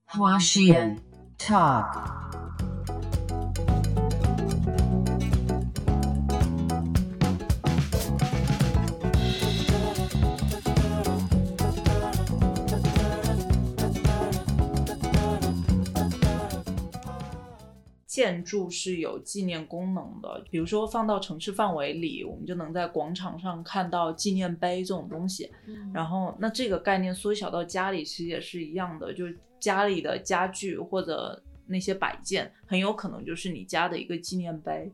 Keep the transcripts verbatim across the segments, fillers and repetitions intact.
花絮 Talk。 建筑是有纪念功能的，比如说放到城市范围里，我们就能在广场上看到纪念碑这种东西、嗯、然后那这个概念缩小到家里其实也是一样的，就是家里的家具或者那些摆件很有可能就是你家的一个纪念碑。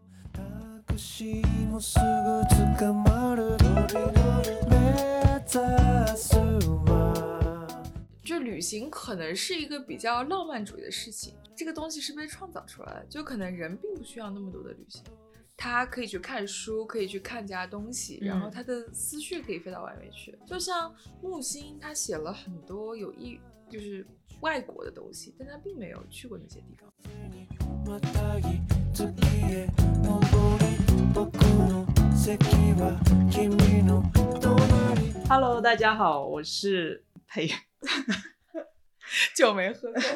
就旅行可能是一个比较浪漫主义的事情，这个东西是被创造出来的，就可能人并不需要那么多的旅行，他可以去看书，可以去看家东西、嗯、然后他的思绪可以飞到外面去。就像木心他写了很多有意就是外国的东西，但他并没有去过那些地方。 Hello 大家好，我是裴酒没喝够。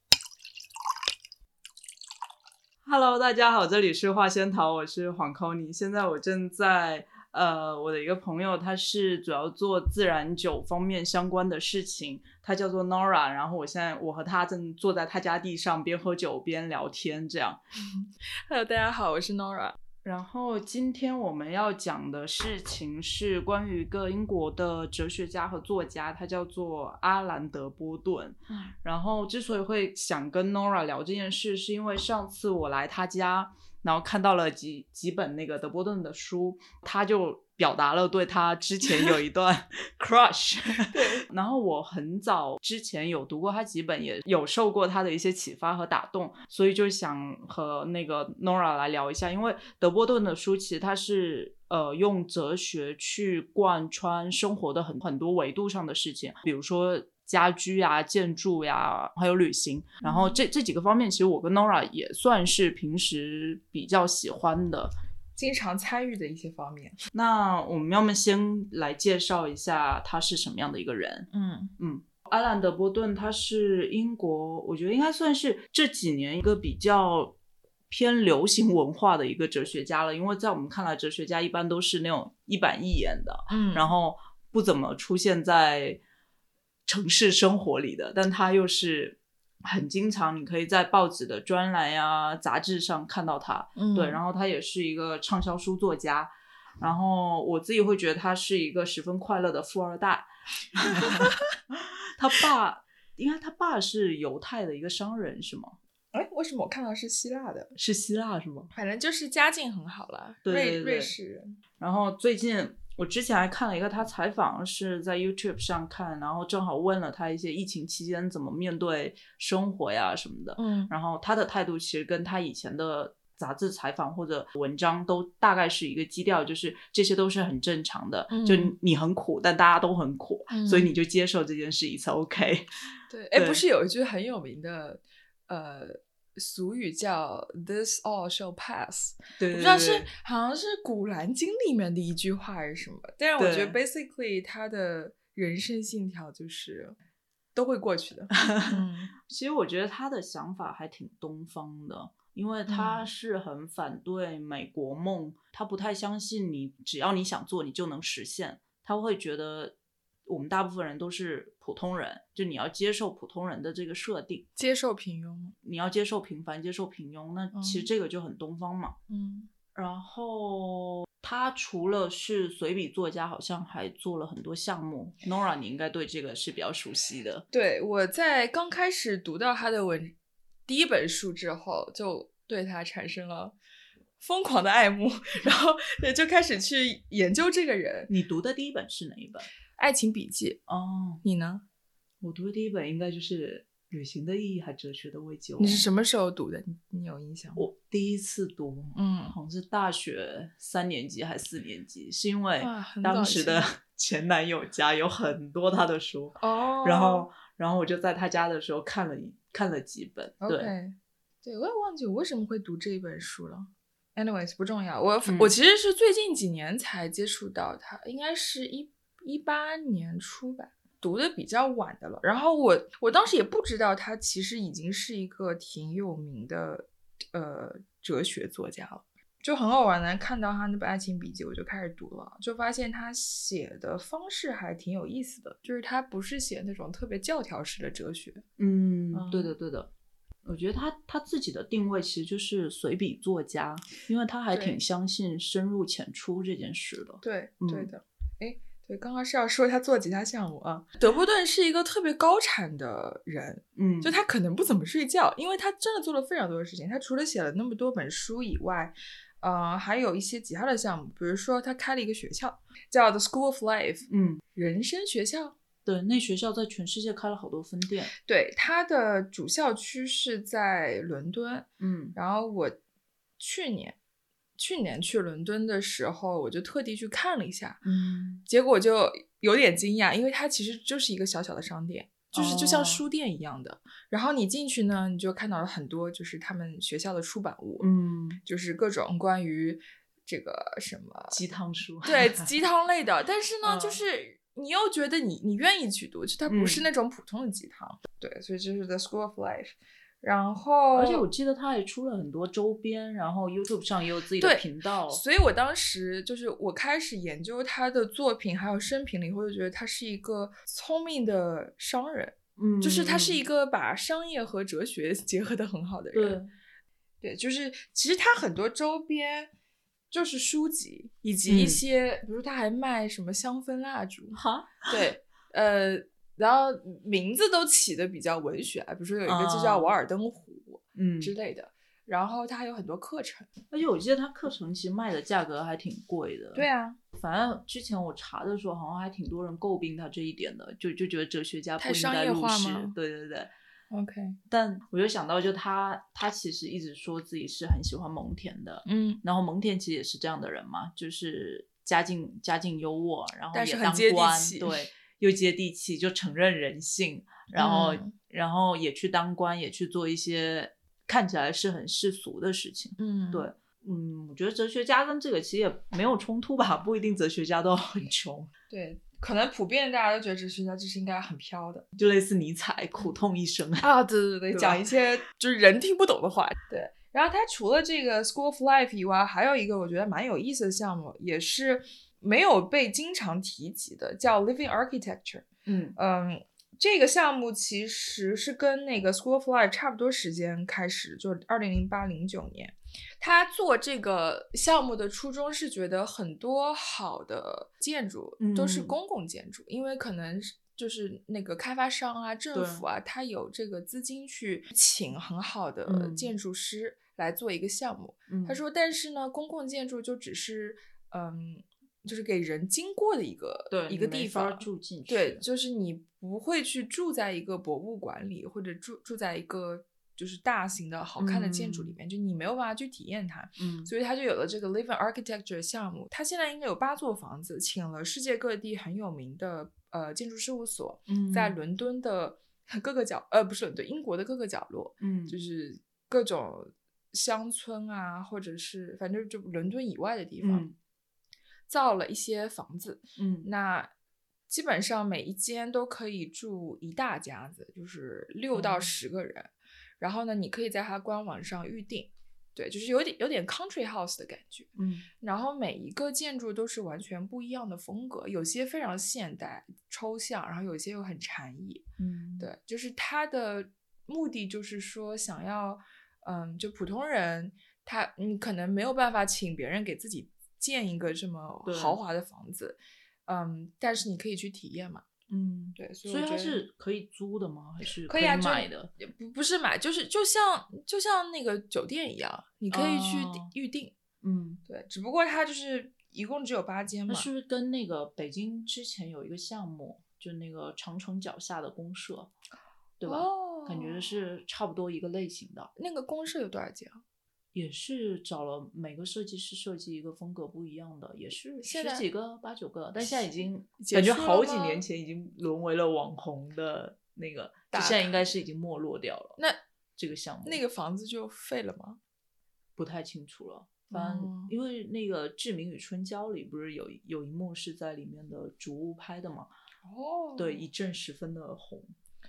Hello 大家好，这里是画仙桃，我是黄 Connie。 现在我正在呃，我的一个朋友，他是主要做自然酒方面相关的事情，他叫做 Nora， 然后我现在我和他正坐在他家地上边喝酒边聊天这样。 Hello 大家好，我是 Nora。 然后今天我们要讲的事情是关于一个英国的哲学家和作家，他叫做阿兰德波顿、嗯、然后之所以会想跟 Nora 聊这件事，是因为上次我来他家，然后看到了几几本那个德波顿的书，他就表达了对他之前有一段 crush 对，然后我很早之前有读过他几本，也有受过他的一些启发和打动，所以就想和那个 Nora 来聊一下。因为德波顿的书其实他是呃用哲学去贯穿生活的很很多维度上的事情，比如说家居呀、建筑呀，还有旅行，然后这这几个方面其实我跟 Nora 也算是平时比较喜欢的， 经常参与的一些方面。 那我们要么先来介绍一下他是什么样的一个人。 嗯嗯，阿兰德波顿他是英国，我觉得应该算是这几年一个比较偏流行文化的一个哲学家了，因为在我们看来哲学家一般都是那种一板一眼的，嗯，然后不怎么出现在城市生活里的，但他又是很经常你可以在报纸的专栏呀、杂志上看到他、嗯、对，然后他也是一个畅销书作家，然后我自己会觉得他是一个十分快乐的富二代他爸应该他爸是犹太的一个商人是吗？ 哎，为什么我看到是希腊的？ 是希腊是吗？ 反正就是家境很好了， 对对对， 瑞瑞士人。 然后最近我之前还看了一个他采访，是在 YouTube 上看，然后正好问了他一些疫情期间怎么面对生活呀什么的，嗯，然后他的态度其实跟他以前的杂志采访或者文章都大概是一个基调，就是这些都是很正常的、嗯、就你很苦但大家都很苦、嗯、所以你就接受这件事 it's OK。 对，哎，不是有一句很有名的呃俗语叫 This all shall pass， 对对对， 我不知道是好像是古兰经里面的一句话还是什么，但是我觉得 basically 他的人生信条就是都会过去的嗯、 其实我觉得他的想法还挺东方的，因为他是很反对美国梦、嗯、他不太相信你只要你想做你就能实现，他会觉得我们大部分人都是普通人，就你要接受普通人的这个设定， 接受平庸吗？ 你要接受平凡，接受平庸，那其实这个就很东方嘛。嗯，然后他除了是随笔作家，好像还做了很多项目。 Nora 你应该对这个是比较熟悉的。 对，我在刚开始读到他的文第一本书之后，就对他产生了疯狂的爱慕，然后就开始去研究这个人。 你读的第一本是哪一本？ 爱情笔记。 哦， 你呢？ 我读的第一本应该就是旅行的意义还哲学的慰藉。 你是什么时候读的？ 你, 你有印象吗？ 我第一次读嗯，好像是大学三年级还是四年级，是因为当时的前男友家有很多他的书哦，然后然后我就在他家的时候看了看了几本。对、okay. 对，我也忘记我为什么会读这一本书了。anyways 不重要，我、嗯、我其实是最近几年才接触到他，应该是一一八年初吧。 读的比较晚的了。然后我我当时也不知道他其实已经是一个挺有名的呃哲学作家了。就很好玩的看到他那本爱情笔记，我就开始读了，就发现他写的方式还挺有意思的，就是他不是写那种特别教条式的哲学。 嗯， 嗯对的对的。我觉得他他自己的定位其实就是随笔作家，因为他还挺相信深入浅出这件事的。 对嗯、 对的。哎，对，刚刚是要说他做吉他项目啊。德波顿是一个特别高产的人， 嗯， 就他可能不怎么睡觉，因为他真的做了非常多的事情。他除了写了那么多本书以外，呃，还有一些其他的项目，比如说他开了一个学校，叫 The School of Life， 嗯， 人生学校。 对，那学校在全世界开了好多分店。 对，它的主校区是在伦敦。 嗯， 然后我去年去年去伦敦的时候，我就特地去看了一下， 嗯， 结果就有点惊讶，因为它其实就是一个小小的商店，就是就像哦书店一样的。然后你进去呢，你就看到了很多就是他们学校的出版物， 嗯，就是各种关于这个什么鸡汤书， 对，鸡汤类的。但是呢， 嗯就是你又觉得你你愿意去读，就它不是嗯那种普通的鸡汤。对，所以这是 The School of Life。然后， 而且我记得他也出了很多周边，然后 YouTube 上也有自己的对频道。 所以我当时就是我开始研究他的作品还有生平了以后，就觉得他是一个聪明的商人。 嗯， 就是他是一个把商业和哲学结合的很好的人。 对， 对，就是其实他很多周边就是书籍，以及一些，嗯、比如他还卖什么香氛蜡烛。 哈， 对，呃，然后名字都起的比较文学，比如说有一个就叫《瓦尔登湖》 嗯之类的。然后他还有很多课程， 而且我记得他课程其实卖的价格还挺贵的。 对啊， 反正之前我查的时候，好像还挺多人诟病他这一点的，就就觉得哲学家不应该入世。对对对 ，OK。 但我就想到，就他他其实一直说自己是很喜欢蒙田的， 嗯， 然后蒙田其实也是这样的人嘛，就是家境家境优渥，然后也当但是很接地官， 气， 对，又接地气，就承认人性，然后、 嗯、 然后也去当官，也去做一些看起来是很世俗的事情。 嗯， 对，嗯，我觉得哲学家跟这个其实也没有冲突吧，不一定哲学家都很穷。 对，可能普遍大家都觉得哲学家就是应该很飘的， 就类似尼采苦痛一生啊，对对对，讲一些就是人听不懂的话。对，然后他除了这个 School of Life 以外，还有一个我觉得蛮有意思的项目，也是没有被经常提及的，叫 Living Architecture。 嗯嗯。这个项目其实是跟那个 School of Life 差不多时间开始，就是二零零八零九年。他做这个项目的初衷是觉得很多好的建筑都是公共建筑，嗯、因为可能就是那个开发商啊、政府啊，他有这个资金去请很好的建筑师来做一个项目。 嗯、 他说，但是呢，公共建筑就只是嗯。就是给人经过的一个一个地方， 住进去。 对，就是你不会去住在一个博物馆里，或者住住在一个就是大型的好看的建筑里面，嗯、就你没有办法去体验它。 嗯， 所以他就有了这个 Living Architecture 项目。他现在应该有八座房子，请了世界各地很有名的呃建筑事务所， 嗯、 在伦敦的各个角呃不是伦敦，英国的各个角落， 嗯， 就是各种乡村啊，或者是反正就伦敦以外的地方。 嗯， 造了一些房子， 嗯， 那基本上每一间都可以住一大家子，就是六到十个人。嗯、然后呢，你可以在它官网上预定，对，就是有点有点 country house 的感觉。 嗯， 然后每一个建筑都是完全不一样的风格，有些非常现代抽象，然后有些又很禅意。 嗯， 对，就是它的目的就是说想要，嗯，就普通人他你可能没有办法请别人给自己建一个这么豪华的房子，嗯，但是你可以去体验嘛， 嗯， 对，所以所以它是可以租的吗？还是可以啊， 买的？ 不不是买，就是就像就像那个酒店一样，你可以去预定， 哦、嗯， 对，只不过它就是一共只有八间嘛。 那是不是跟那个北京之前有一个项目，就那个长城脚下的公社，对吧？ 哦， 感觉是差不多一个类型的。 那个公社有多少间啊？ 也是找了每个设计师设计一个风格不一样的，也是十几个八九个，但现在已经感觉好几年前已经沦为了网红的那个，现在应该是已经没落掉了。 那这个项目那个房子就废了吗？ 不太清楚了。反正、嗯、因为那个《志明与春娇》里不是有有一幕是在里面的主屋拍的嘛， 哦， 对，一阵十分的红。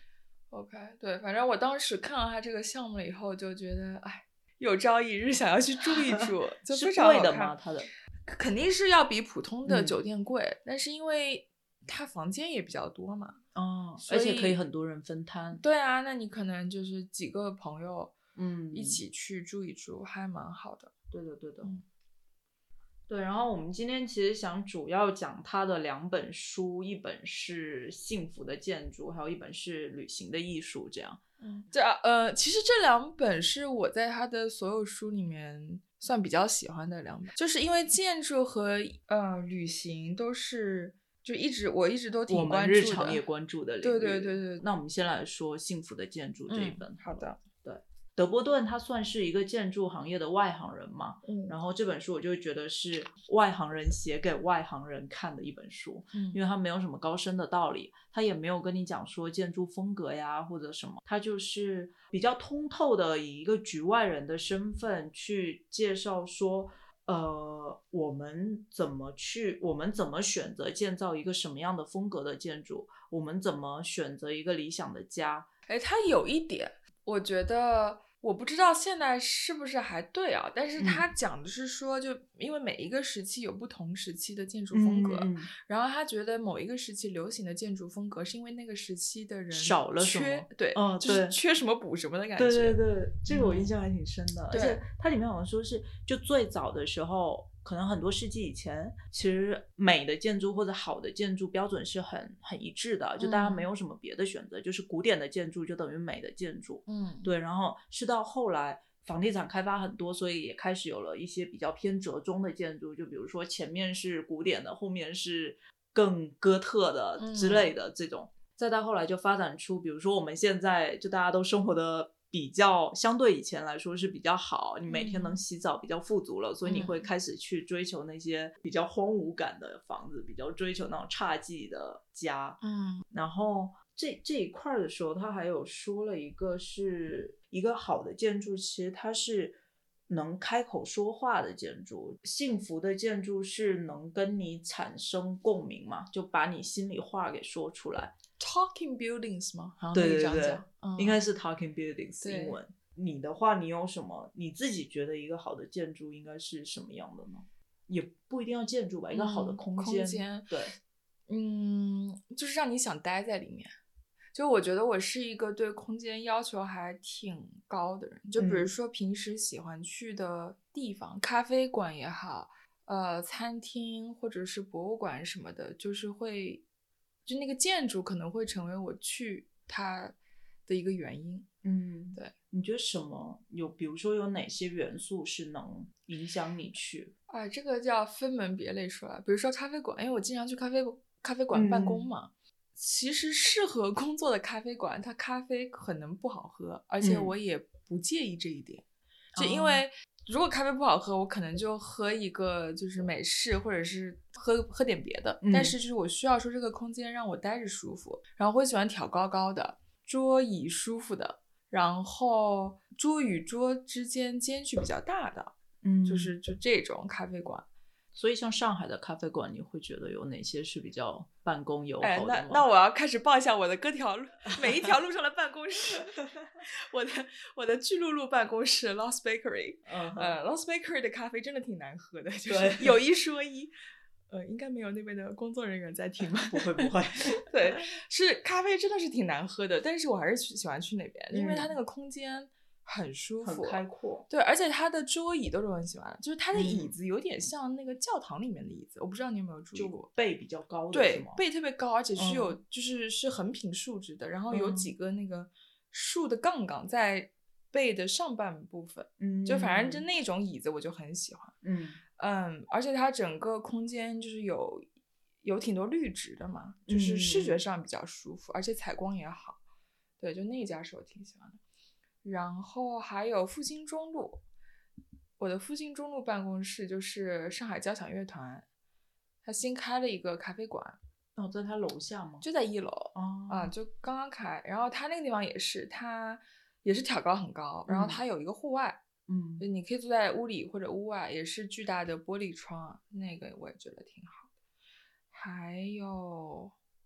OK， 对，反正我当时看到他这个项目了以后，就觉得，哎，有朝一日想要去住一住，就非常好看。 是贵的吗？它的肯定是要比普通的嗯酒店贵，但是因为它房间也比较多嘛， 哦， 所以而且可以很多人分摊。 对啊，那你可能就是几个朋友， 嗯， 一起去住一住，还蛮好的。 对的，对的。 嗯对，然后我们今天其实想主要讲他的两本书，一本是《幸福的建筑》，还有一本是《旅行的艺术》。这样， 嗯，这呃，其实这两本是我在他的所有书里面算比较喜欢的两本，就是因为建筑和呃旅行都是就一直我一直都挺我关注的， 们日常也关注的领域。 对对对对。 那我们先来说《幸福的建筑》这一本。 嗯、好的。 对，德波顿他算是一个建筑行业的外行人嘛， 嗯， 然后这本书我就觉得是外行人写给外行人看的一本书， 嗯， 因为它没有什么高深的道理，它也没有跟你讲说建筑风格呀或者什么，它就是比较通透的以一个局外人的身份去介绍说呃，我们怎么去，我们怎么选择建造一个什么样的风格的建筑，我们怎么选择一个理想的家。 哎，它有一点我觉得我不知道现在是不是还对啊，但是他讲的是说，就因为每一个时期有不同时期的建筑风格， 嗯嗯、 然后他觉得某一个时期流行的建筑风格是因为那个时期的人少了什么， 缺对， 哦、 就是缺什么补什么的感觉。 对对对，这个我印象还挺深的， 嗯、 而且它里面好像说是就最早的时候。可能很多世纪以前，其实美的建筑或者好的建筑标准是很很一致的，就大家没有什么别的选择，嗯、就是古典的建筑就等于美的建筑。 嗯， 对。然后是到后来房地产开发很多，所以也开始有了一些比较偏折中的建筑，就比如说前面是古典的，后面是更哥特的之类的这种。嗯、再到后来就发展出，比如说我们现在就大家都生活的。比较相对以前来说是比较好，你每天能洗澡比较富足了，嗯、所以你会开始去追求那些比较荒芜感的房子，比较追求那种侘寂的家。 嗯， 然后这这一块的时候，他还有说了一个是一个好的建筑，其实它是能开口说话的建筑，幸福的建筑是能跟你产生共鸣嘛，就把你心里话给说出来。 Talking buildings 吗？好像对对对， 嗯、 应该是 talking buildings 英文。你的话，你有什么你自己觉得一个好的建筑应该是什么样的呢？也不一定要建筑吧，一个好的空间。 嗯、空间， 对， 嗯，就是让你想待在里面。就我觉得我是一个对空间要求还挺高的人，就比如说平时喜欢去的地方，嗯、咖啡馆也好，呃，餐厅或者是博物馆什么的，就是会。就那个建筑可能会成为我去它的一个原因。 嗯， 对。 你觉得什么有，比如说有哪些元素是能影响你去？ 啊，这个叫分门别类说来。比如说咖啡馆，因为我经常去咖啡咖啡馆办公嘛。嗯、其实适合工作的咖啡馆，它咖啡可能不好喝，而且我也不介意这一点。嗯、就因为。哦如果咖啡不好喝，我可能就喝一个就是美式，或者是喝喝点别的。嗯、但是就是我需要说这个空间让我待着舒服，然后我喜欢挑高高的，桌椅舒服的，然后桌与桌之间间距比较大的，嗯，就是就这种咖啡馆。 所以像上海的咖啡馆，你会觉得有哪些是比较办公友好的吗？ 哎、那那我要开始报一下我的各条路，每一条路上的办公室。我的我的巨鹿路办公室 Lost Bakery， uh-huh. 呃 Lost Bakery 的咖啡真的挺难喝的，就是有一说一。呃，应该没有那边的工作人员在听吧？ 不会不会。 对，是咖啡真的是挺难喝的，但是我还是喜欢去那边，嗯、因为它那个空间。很舒服， 很开阔。 对，而且它的桌椅都是我很喜欢的，就是它的椅子有点像那个教堂里面的椅子，嗯、我不知道你有没有注意过， 就背比较高的， 对，背特别高，而且是有、嗯、就是是横平竖直的，然后有几个那个竖的杠杠在背的上半部分，嗯，就反正就那种椅子我就很喜欢，嗯嗯，而且它整个空间就是有有挺多绿植的嘛，就是视觉上比较舒服，嗯、而且采光也好，对，就那家是我挺喜欢的。然后还有复兴中路，我的复兴中路办公室就是上海交响乐团，他新开了一个咖啡馆。 哦，在他楼下吗？ 就在一楼。 哦， 啊，就刚刚开。然后他那个地方也是，他也是挑高很高，然后他有一个户外，嗯，就你可以坐在屋里或者屋外，也是巨大的玻璃窗，那个我也觉得挺好的。还有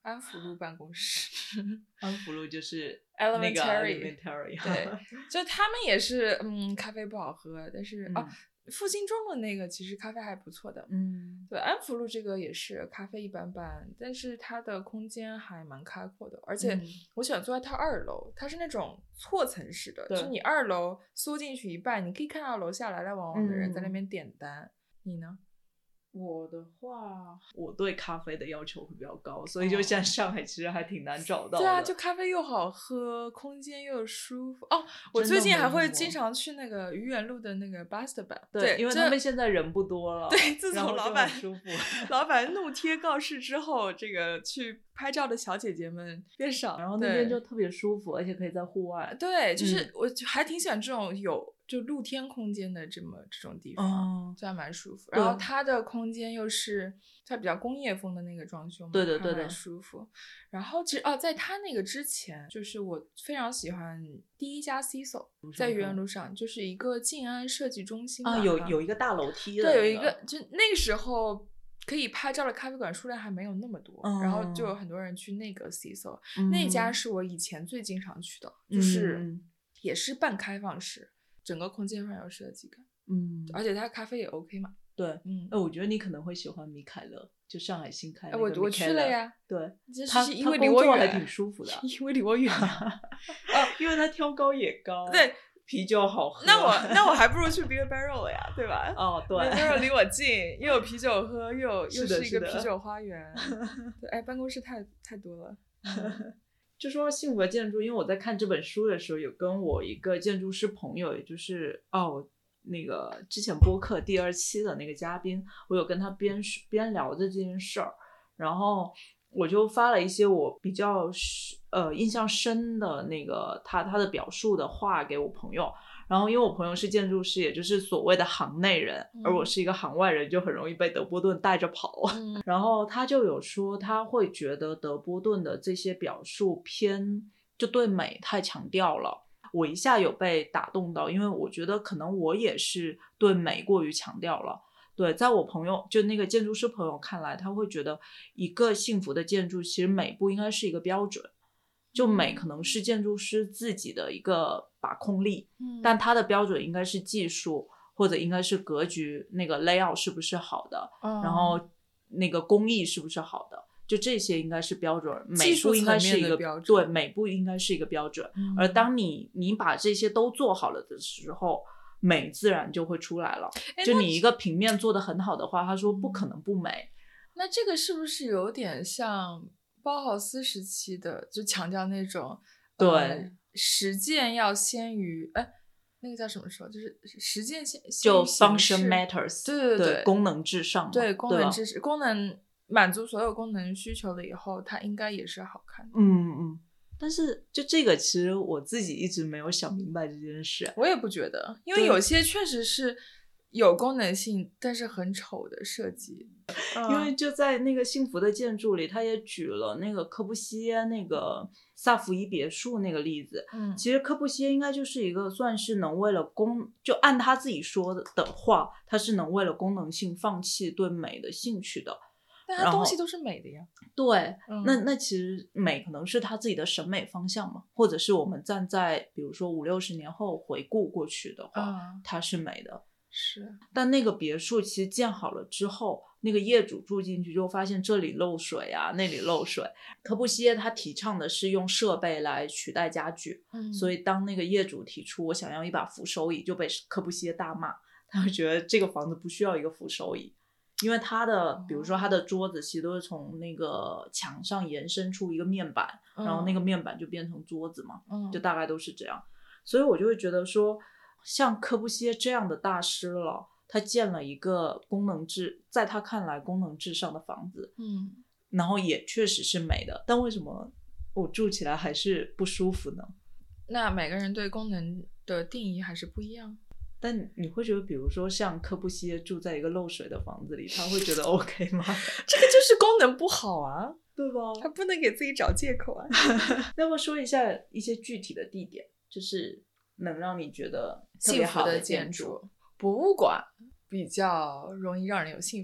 安福路办公室。 安福路就是那个 Elementary Elementary 对，就他们也是，嗯，咖啡不好喝，但是、 嗯、 啊，复兴中的那个其实咖啡还不错的。 嗯， 对，安福路这个也是咖啡一般般，但是它的空间还蛮开阔的，而且我喜欢坐在它二楼，它是那种错层式的，就是你二楼缩进去一半，你可以看到楼下来来往往的人在那边点单。嗯、你呢？ 我的话，我对咖啡的要求会比较高，所以就像上海其实还挺难找到的。 对啊，就咖啡又好喝，空间又舒服。哦，我最近还会经常去那个愚园路的那个 Basta Bar。 对，因为他们现在人不多了。 对，自从老板舒服， 老板怒贴告示之后，这个去拍照的小姐姐们变少， 然后那边就特别舒服，而且可以在户外。 对，就是、嗯、我还挺喜欢这种有就露天空间的这么这种地方，哦、就还蛮舒服。然后它的空间又是它比较工业风的那个装修嘛， 对对对对， 蛮舒服。然后其实哦，在它那个之前，就是我非常喜欢第一家 Ciso， 在愚园路上，就是一个静安设计中心啊，有有一个大楼梯的、 那个，对，有一个就那个时候。可以拍照的咖啡馆数量还没有那么多， 嗯、 然后就有很多人去那个 Ciso，、 嗯、 那家是我以前最经常去的，就是也是半开放式，整个空间非常有设计感， 嗯， 而且它咖啡也 OK 嘛。 对，嗯，哎，我觉得你可能会喜欢米凯勒，就上海新开的那个米凯勒。 我我去了呀， 对， 他因为离我远， 还挺舒服的， 因为离我远， 啊，因为他挑高也高， 对。 啤酒好喝， 那我那我还不如去 Beer Barrel 了呀，对吧？ 哦，对 ，Beer Barrel 离我近，又有啤酒喝，又有又是一个啤酒花园。对，哎，办公室太太多了。 嗯、就说幸福的建筑，因为我在看这本书的时候，有跟我一个建筑师朋友，也就是哦那个之前播客第二期的那个嘉宾，我有跟他边边聊着这件事儿，然后我就发了一些我比较呃印象深的那个他他的表述的话给我朋友，然后因为我朋友是建筑师，也就是所谓的行内人，嗯、而我是一个行外人，就很容易被德波顿带着跑。嗯、然后他就有说他会觉得德波顿的这些表述偏就对美太强调了，我一下有被打动到，因为我觉得可能我也是对美过于强调了。对，在我朋友就那个建筑师朋友看来，他会觉得一个幸福的建筑其实美不应该是一个标准，就美可能是建筑师自己的一个把控力，嗯、但他的标准应该是技术，或者应该是格局那个 layout 是不是好的，嗯、然后那个工艺是不是好的，就这些应该是标准，美不应该是一个标准，对，美不应该是一个标准，嗯、而当你你把这些都做好了的时候，美自然就会出来了。就你一个平面做得很好的话，他说不可能不美。 那这个是不是有点像包豪斯时期的，就强调那种对、 呃、实践要先于哎那个叫什么说，就是实践先就 function matters， 对对对, 对，功能至上嘛， 对，功能至上，功能满足所有功能需求了以后，它应该也是好看的。 嗯嗯。但是就这个其实我自己一直没有想明白这件事。 我也不觉得，因为有些确实是有功能性但是很丑的设计。 因为就在那个幸福的建筑里，他也举了那个科布西耶那个萨福伊别墅那个例子。嗯，其实科布西耶应该就是一个算是能为了功，就按他自己说的话，他是能为了功能性放弃对美的兴趣的。 但它东西都是美的呀。 对，嗯、那那其实美可能是他自己的审美方向嘛，或者是我们站在比如说五六十年后回顾过去的话，嗯、它是美的。 是， 但那个别墅其实建好了之后，那个业主住进去就发现这里漏水啊，那里漏水。科布西耶他提倡的是用设备来取代家具，嗯、所以当那个业主提出我想要一把扶手椅，就被科布西耶大骂，他会觉得这个房子不需要一个扶手椅。因为它的比如说它的桌子其实都是从那个墙上延伸出一个面板，嗯、然后那个面板就变成桌子嘛，嗯、就大概都是这样。所以我就会觉得说像科布西耶这样的大师了，他建了一个功能至在他看来功能至上的房子，嗯，然后也确实是美的，但为什么我住起来还是不舒服呢？ 那每个人对功能的定义还是不一样。 但你会觉得比如说像科布西耶住在一个漏水的房子里，他会觉得 OK 吗？ 这个就是功能不好啊， 对吧？ 他不能给自己找借口啊。 那么说一下一些具体的地点，就是能让你觉得特别好的建筑。 博物馆比较容易让人有幸福感，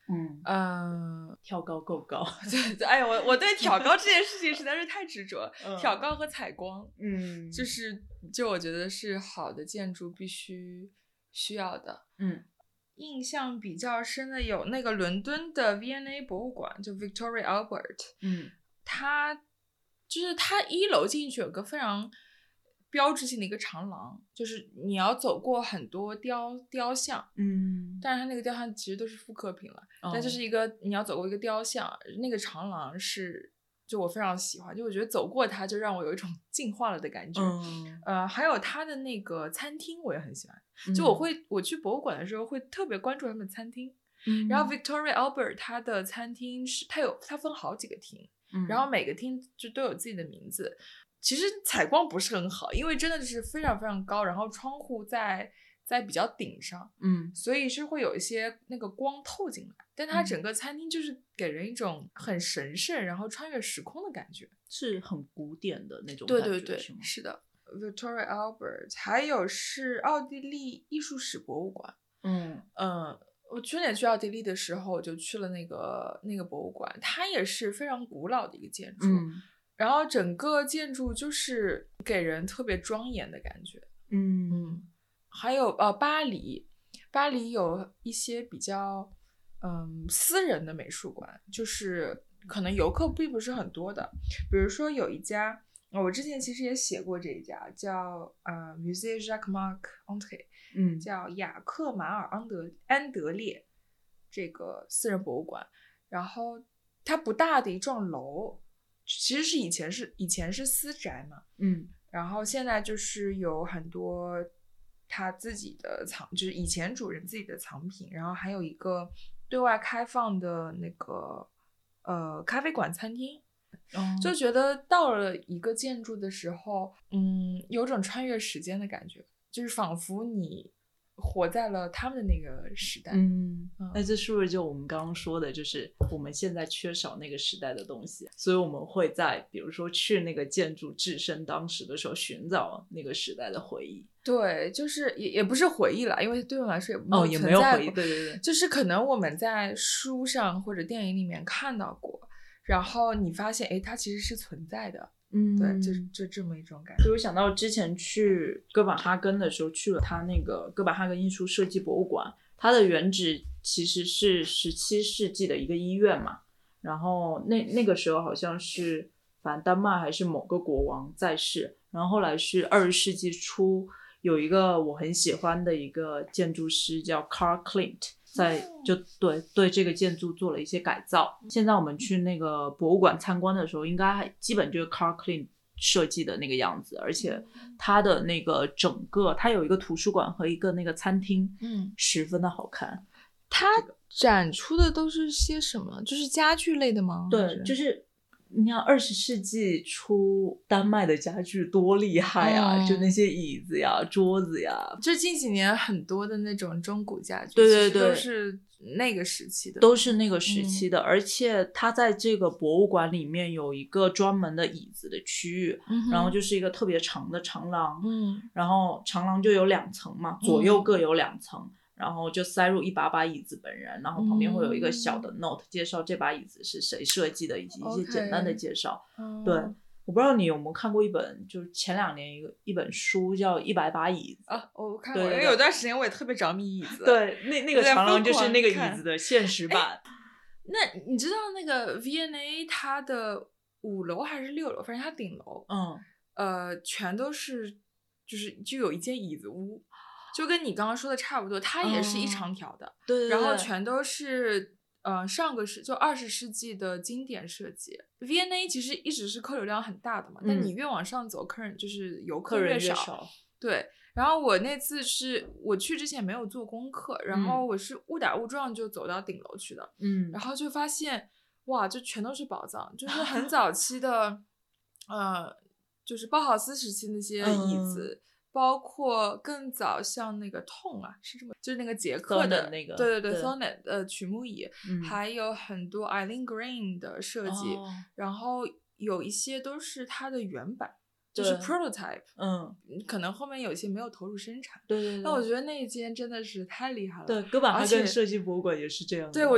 嗯嗯， 跳高够高， 对对，哎呀，我我对挑高这件事情实在是太执着了， 嗯挑高和采光， 嗯， 就是就我觉得是好的建筑必须需要的。 嗯印象比较深的有那个伦敦的 V and A 博物馆，就 Victoria Albert， 嗯它就是它一楼进去有个非常标志性的一个长廊，就是你要走过很多雕雕像， 嗯， 但是它那个雕像其实都是复刻品了， 哦但这是一个你要走过一个雕像，那个长廊是就我非常喜欢，就我觉得走过它就让我有一种进化了的感觉。 嗯呃，还有它的那个餐厅我也很喜欢， 嗯就我会我去博物馆的时候会特别关注他们的餐厅。 嗯然后 Victoria Albert 它的餐厅是它有它分好几个厅， 嗯然后每个厅就都有自己的名字。其实采光不是很好，因为真的是非常非常高，然后窗户在在比较顶上， 嗯所以是会有一些那个光透进来。但它整个餐厅就是给人一种很神圣，然后穿越时空的感觉。 是很古典的那种对感觉， 对对， 是吗？ 是的。Victoria Albert 还有是奥地利艺术史博物馆。 嗯嗯，我去年去奥地利的时候，我就去了那个那个博物馆，它也是非常古老的一个建筑， 嗯然后整个建筑就是给人特别庄严的感觉。 嗯嗯，还有呃巴黎，巴黎有一些比较嗯私人的美术馆，就是可能游客并不是很多的，比如说有一家。我之前其实也写过这一家，叫呃 Musée Jacques-Marc André， 嗯叫雅克马尔安德安德烈这个私人博物馆。然后它不大的一幢楼，其实是以前是以前是私宅嘛， 嗯然后现在就是有很多他自己的藏，就是以前主人自己的藏品，然后还有一个对外开放的那个呃咖啡馆餐厅。 哦就觉得到了一个建筑的时候，嗯，有种穿越时间的感觉，就是仿佛你活在了他们的那个时代。 嗯嗯， 那这是不是就我们刚刚说的，就是我们现在缺少那个时代的东西，所以我们会在比如说去那个建筑置身当时的时候，寻找那个时代的回忆。 对，就是也也不是回忆了，因为对我来说也没哦， 有也没有存在过回忆，对对对， 就是可能我们在书上或者电影里面看到过，然后你发现，哎，它其实是存在的。 嗯对，就就这么一种感觉。 所以我想到之前去哥本哈根的时候，去了他那个哥本哈根艺术设计博物馆，它的原址其实是十七世纪的一个医院嘛，然后那那个时候好像是反正丹麦还是某个国王在世，然后后来是二十世纪初有一个我很喜欢的一个建筑师叫 Carl Klimt，在就对对这个建筑做了一些改造。现在我们去那个博物馆参观的时候，应该还基本就是 Carl Klimt 设计的那个样子，而且它的那个整个它有一个图书馆和一个那个餐厅， 嗯， 十分的好看。 它展出的都是些什么？就是家具类的吗？ 对，就是你看二十世纪初丹麦的家具多厉害啊， 嗯就那些椅子呀、桌子呀， 就近几年很多的那种中古家具， 对对对其实都是那个时期的， 都是那个时期嗯的，而且它在这个博物馆里面有一个专门的椅子的区域， 嗯哼然后就是一个特别长的长廊， 嗯然后长廊就有两层嘛，左右各有两层，然后就塞入一把把椅子本人，然后旁边会有一个小的 note 介绍这把椅子是谁设计的，以及一些简单的介绍。 嗯对，我不知道你有没有看过一本，就是前两年一个一本书叫《一百把椅子》 啊，我看过， 对对对因为有段时间我也特别着迷椅子。， 对，那那个我在长廊就是疯狂那个椅看子的现实版。 那你知道那个 V and A 它的五楼还是六楼，反正它顶楼， 嗯， 呃，全都是就是就有一间椅子屋，就跟你刚刚说的差不多，它也是一长条的， 对对对， 然后全都是呃上个世就二十世纪的经典设计。V and A 其实一直是客流量很大的嘛，但嗯你越往上走，客人就是游客人越少。 少。 对，然后我那次是我去之前没有做功课，然后嗯我是误打误撞就走到顶楼去的， 嗯， 然后就发现哇，这全都是宝藏，就是很早期的，呃，就是包豪斯时期那些椅子。 嗯包括更早像那个痛啊，是这么，就是那个捷克的 Sonnet 那个对对对对 Sonnet 呃曲目椅， 嗯还有很多 Eileen Green 的设计， 哦然后有一些都是它的原版，就是对 prototype， 嗯， 可能后面有些没有投入生产。 对对对。 那我觉得那一间真的是太厉害了。 对哥本哈而且根设计博物馆也是这样的。 对，我就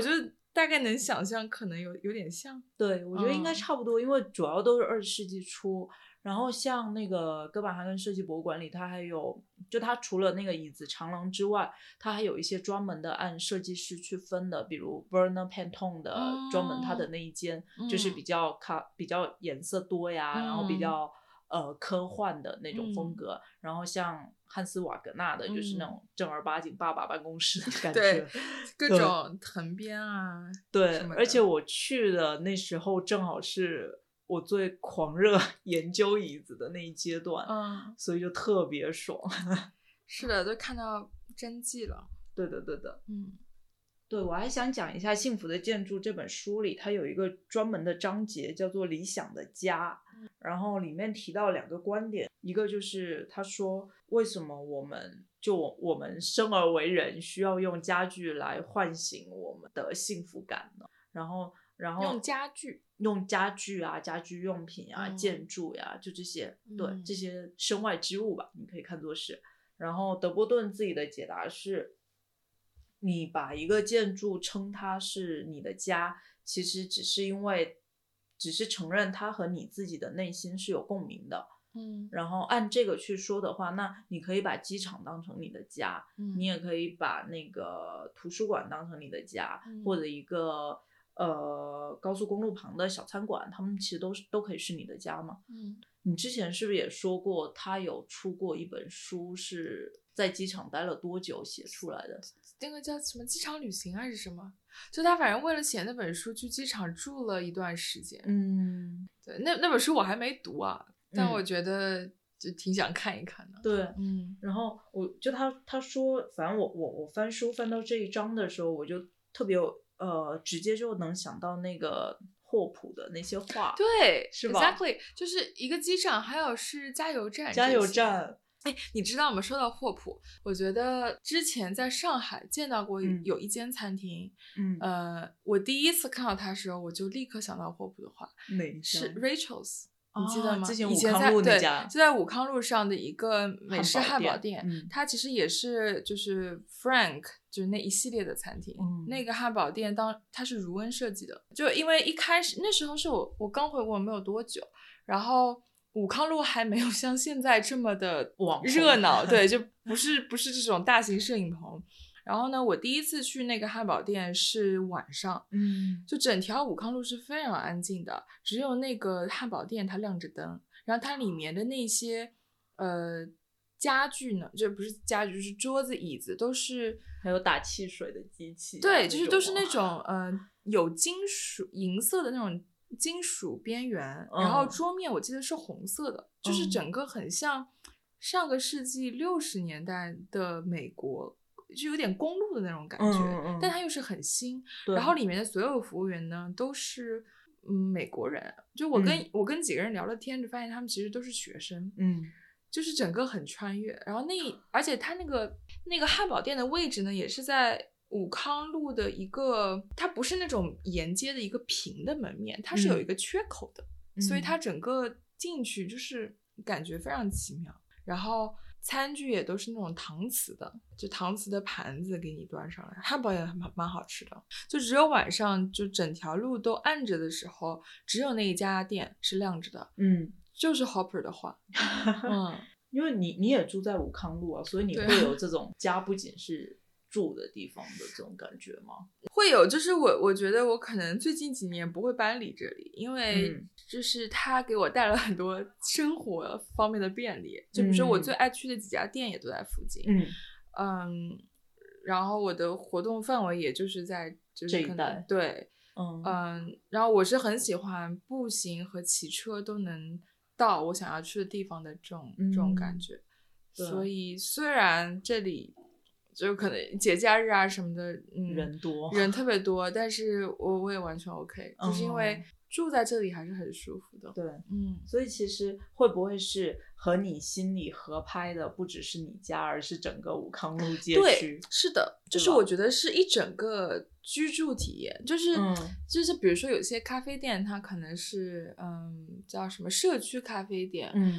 大概能想象，可能有有点像。 对，我觉得应该嗯差不多，因为主要都是二十世纪初。然后像那个哥本哈根设计博物馆里，它还有，就它除了那个椅子长廊之外，它还有一些专门的按设计师去分的，比如 Werner Pantone 的、 哦、 专门它的那一间、 嗯、 就是比较卡比较颜色多呀， 嗯、 然后比较呃科幻的那种风格。 嗯、 然后像汉斯瓦格纳的，就是那种正儿八经爸爸办公室的感觉， 对，各种藤编啊， 对，而且我去的那时候正好是我最狂热研究椅子的那一阶段， 嗯， 所以就特别爽。 是的，都看到真迹了。 对的，对的， 嗯， 对，我还想讲一下《幸福的建筑》这本书里，它有一个专门的章节叫做理想的家， 嗯、 然后里面提到两个观点，一个就是他说为什么我们就我们生而为人需要用家具来唤醒我们的幸福感呢？然后然后用家具用家具啊家居用品啊、 嗯、 建筑呀、就这些，对、 嗯、 这些身外之物吧，你可以看作是。然后德波顿自己的解答是，你把一个建筑称它是你的家，其实只是因为只是承认它和你自己的内心是有共鸣的。 嗯， 然后按这个去说的话，那你可以把机场当成你的家、 嗯、 你也可以把那个图书馆当成你的家、 嗯、 或者一个呃高速公路旁的小餐馆，他们其实都是都可以是你的家嘛。 嗯， 你之前是不是也说过他有出过一本书是在机场待了多久写出来的？ 那个叫什么机场旅行还是什么，就他反正为了写那本书去机场住了一段时间。 嗯， 对，那那本书我还没读啊，但我觉得就挺想看一看的。 对， 嗯， 然后我就他他说，反正我我我翻书翻到这一章的时候，我就特别有呃，直接就能想到那个霍普的那些话， 对， 是吧 ？Exactly，就是一个机场，还有是加油站， 加油站。 哎，你知道吗？说到霍普，我觉得之前在上海见到过有一间餐厅， 嗯， 呃，我第一次看到它的时候，我就立刻想到霍普的话， 哪一家？ 是 Rachel's。你记得吗？ 哦、之前武康路那家， 就在武康路上的一个美式汉堡店， 嗯、 它其实也是就是 Frank 就是那一系列的餐厅。 嗯、 那个汉堡店当它是如恩设计的，就因为一开始那时候是我我刚回国没有多久，然后武康路还没有像现在这么的热闹，对，就不是不是这种大型摄影棚。然后呢，我第一次去那个汉堡店是晚上， 嗯， 就整条武康路是非常安静的，只有那个汉堡店它亮着灯，然后它里面的那些呃家具呢，就不是家具，就是桌子椅子都是还有打汽水的机器、啊， 对，就是都是那种呃有金属银色的那种金属边缘， 嗯、 然后桌面我记得是红色的，就是整个很像上个世纪六十年代的美国。就有点公路的那种感觉， 嗯嗯、 但它又是很新。然后里面的所有服务员呢，都是嗯美国人。就我跟、嗯、我跟几个人聊了天，就发现他们其实都是学生。 嗯， 就是整个很穿越。然后那而且它那个那个汉堡店的位置呢，也是在武康路的一个，它不是那种沿街的一个平的门面，它是有一个缺口的， 嗯、 所以它整个进去就是感觉非常奇妙。然后餐具也都是那种搪瓷的，就搪瓷的盘子给你端上来，汉堡也蛮蛮好吃的。就只有晚上就整条路都暗着的时候，只有那一家店是亮着的。 嗯， 就是 Hopper 的话，嗯， 因为你你也住在武康路啊，所以你会有这种家不仅是住的地方的这种感觉吗？ 会有，就是我我觉得我可能最近几年不会搬离这里，因为就是它给我带了很多生活方面的便利，就比如说我最爱去的几家店也都在附近， 嗯嗯，然后我的活动范围也就是在就是可能对， 嗯嗯，然后我是很喜欢步行和骑车都能到我想要去的地方的这种、嗯、这种感觉，所以虽然这里就可能节假日啊什么的，嗯， 人多人特别多，但是我我也完全 OK，、嗯、就是因为住在这里还是很舒服的。 对， 嗯， 所以其实会不会是和你心里合拍的不只是你家，而是整个武康路街区？ 对，是的，就是我觉得是一整个居住体验，就是、嗯、就是比如说有些咖啡店它可能是嗯叫什么社区咖啡店， 嗯。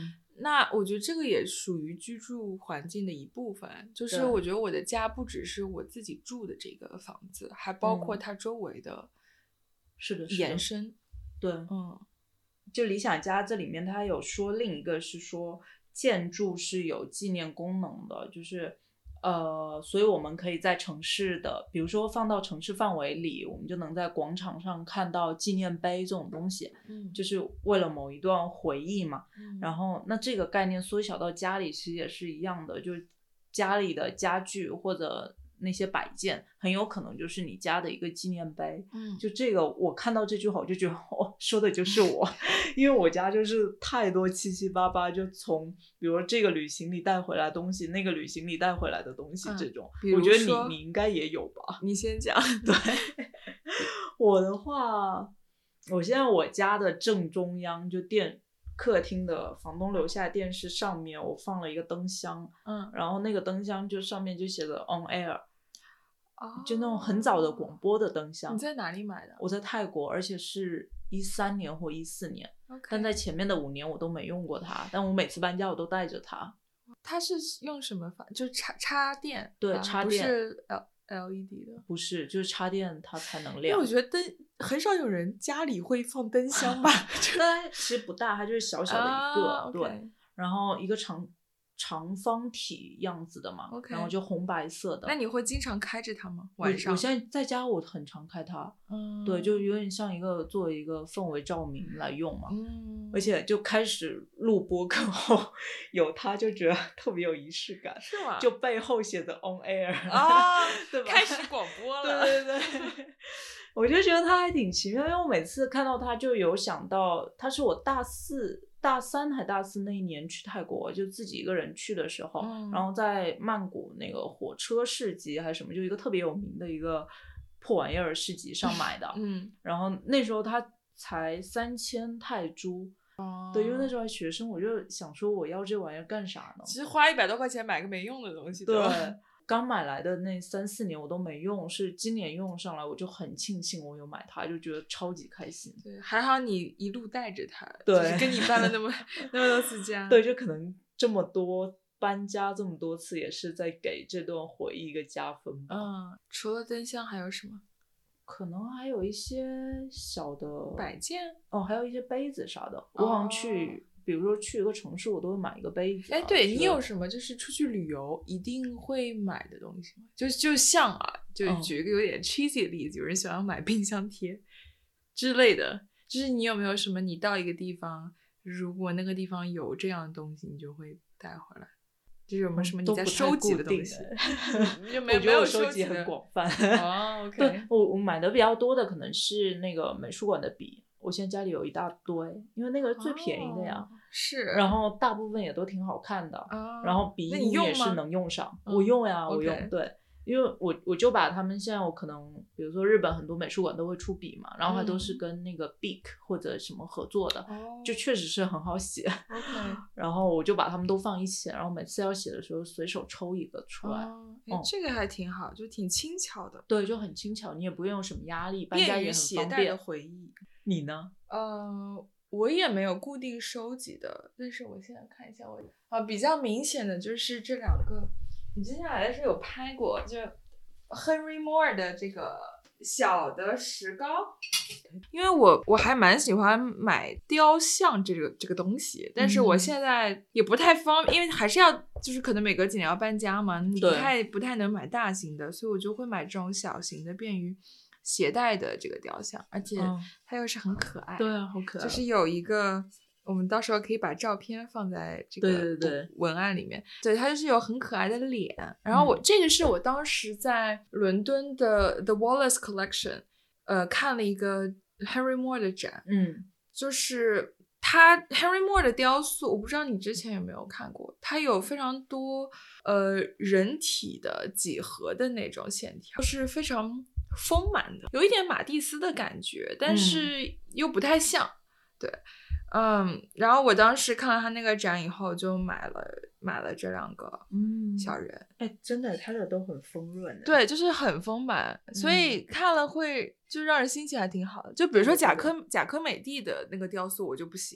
那我觉得这个也属于居住环境的一部分，就是我觉得我的家不只是我自己住的这个房子，还包括它周围的是的延伸。 嗯、对， 嗯， 就理想家这里面它有说另一个是说建筑是有纪念功能的，就是呃，所以我们可以在城市的，比如说放到城市范围里，我们就能在广场上看到纪念碑这种东西， 嗯， 就是为了某一段回忆嘛。 嗯、 然后那这个概念缩小到家里其实也是一样的，就是家里的家具或者那些摆件很有可能就是你家的一个纪念碑。 嗯， 就这个我看到这句话我就觉得哦，说的就是我因为我家就是太多七七八八，就从比如这个旅行里带回来的东西，那个旅行里带回来的东西，这种、嗯、我觉得你你应该也有吧。 你先讲。 对我的话，我现在我家的正中央就电客厅的房东留下电视上面我放了一个灯箱， 嗯， 然后那个灯箱就上面就写着 on air， 哦， 就那种很早的广播的灯箱。 你在哪里买的？ 我在泰国，而且是一三年或一四年、okay. 但在前面的五年我都没用过它，但我每次搬家我都带着它。 它是用什么法？就插插电？ 对，插电， 不是 L E D 的。 不是，就是插电它才能亮。 因为我觉得灯很少有人家里会放灯箱吧。 它其实不大，它就是小小的一个、 啊、 对、 okay. 然后一个长长方体样子的嘛、 okay. 然后就红白色的。 那你会经常开着它吗？晚上？ 我, 我现在在家我很常开它、 嗯、 对，就有点像一个作为一个氛围照明来用嘛、 嗯、 而且就开始录播课后有它就觉得特别有仪式感。 是吗？ 就背后写着 on air 啊、哦， 对吧？ 开始广播了。 对对对我就觉得它还挺奇妙，因为我每次看到它就有想到，它是我大四大三还大四那一年去泰国，就自己一个人去的时候、嗯、然后在曼谷那个火车市集还是什么，就一个特别有名的一个破玩意儿市集上买的。 嗯， 然后那时候它才三千泰铢、哦、对，因为那时候还学生，我就想说我要这玩意儿干啥呢？ 其实花一百多块钱买个没用的东西。 对，对刚买来的那三四年我都没用，是今年用上来我就很庆幸我有买它，就觉得超级开心。 对，还好你一路带着它， 对， 就是跟你搬了那么那么多次家。 对，就可能这么多搬家这么多次，也是在给这段回忆一个加分吧。 嗯，除了灯箱还有什么？ 可能还有一些小的摆件哦，还有一些杯子啥的。我好像去。哦比如说去一个城市我都会买一个杯子、啊、 哎，对，你有什么就是出去旅游一定会买的东西吗？就就像啊，就举一个有点 cheesy 的例子、嗯、有人喜欢买冰箱贴之类的，就是你有没有什么你到一个地方如果那个地方有这样的东西你就会带回来，就是有没有什么你在收集的东西？就没有我觉得我收集很广泛。 哦、oh, ，OK， 对，我我买的比较多的可能是那个美术馆的笔，我现在家里有一大堆，因为那个最便宜的呀。 哦、是， 然后大部分也都挺好看的。 哦、 然后鼻影也是能用上。 嗯、 我用呀，我用。 okay. 对，因为我我就把他们现在我可能比如说日本很多美术馆都会出笔嘛，然后它都是跟那个 Bic 或者什么合作的、 嗯、 就确实是很好写。 okay. 然后我就把他们都放一起，然后每次要写的时候随手抽一个出来。 哦嗯、这个还挺好，就挺轻巧的。 对，就很轻巧，你也不用什么压力，搬家也很方便。 携带的回忆。 你呢？ 呃，我也没有固定收集的，但是我现在看一下我啊，比较明显的就是这两个，你之前来的时候有拍过，就 Henry Moore 的这个小的石膏，因为我我还蛮喜欢买雕像这个这个东西，但是我现在也不太方便，因为还是要就是可能每隔几年要搬家嘛，你不太不太能买大型的，所以我就会买这种小型的，便于携带的这个雕像，而且它又是很可爱、嗯、 对啊，好可爱。 就是有一个我们到时候可以把照片放在这个文案里面。对对对，对，它就是有很可爱的脸。然后我、嗯、这个是我当时在伦敦的 The Wallace Collection 呃看了一个 Henry Moore 的展， 嗯， 就是他 Henry Moore 的雕塑，我不知道你之前有没有看过，他有非常多呃人体的几何的那种线条，是非常丰满的，有一点马蒂斯的感觉，但是又不太像、嗯、对，嗯，然后我当时看了他那个展以后就买了买了这两个小人。 哎、嗯，真的他的都很丰润的， 对，就是很丰满、嗯、所以看了会就让人心情还挺好的。就比如说贾科贾科美蒂的那个雕塑我就不行，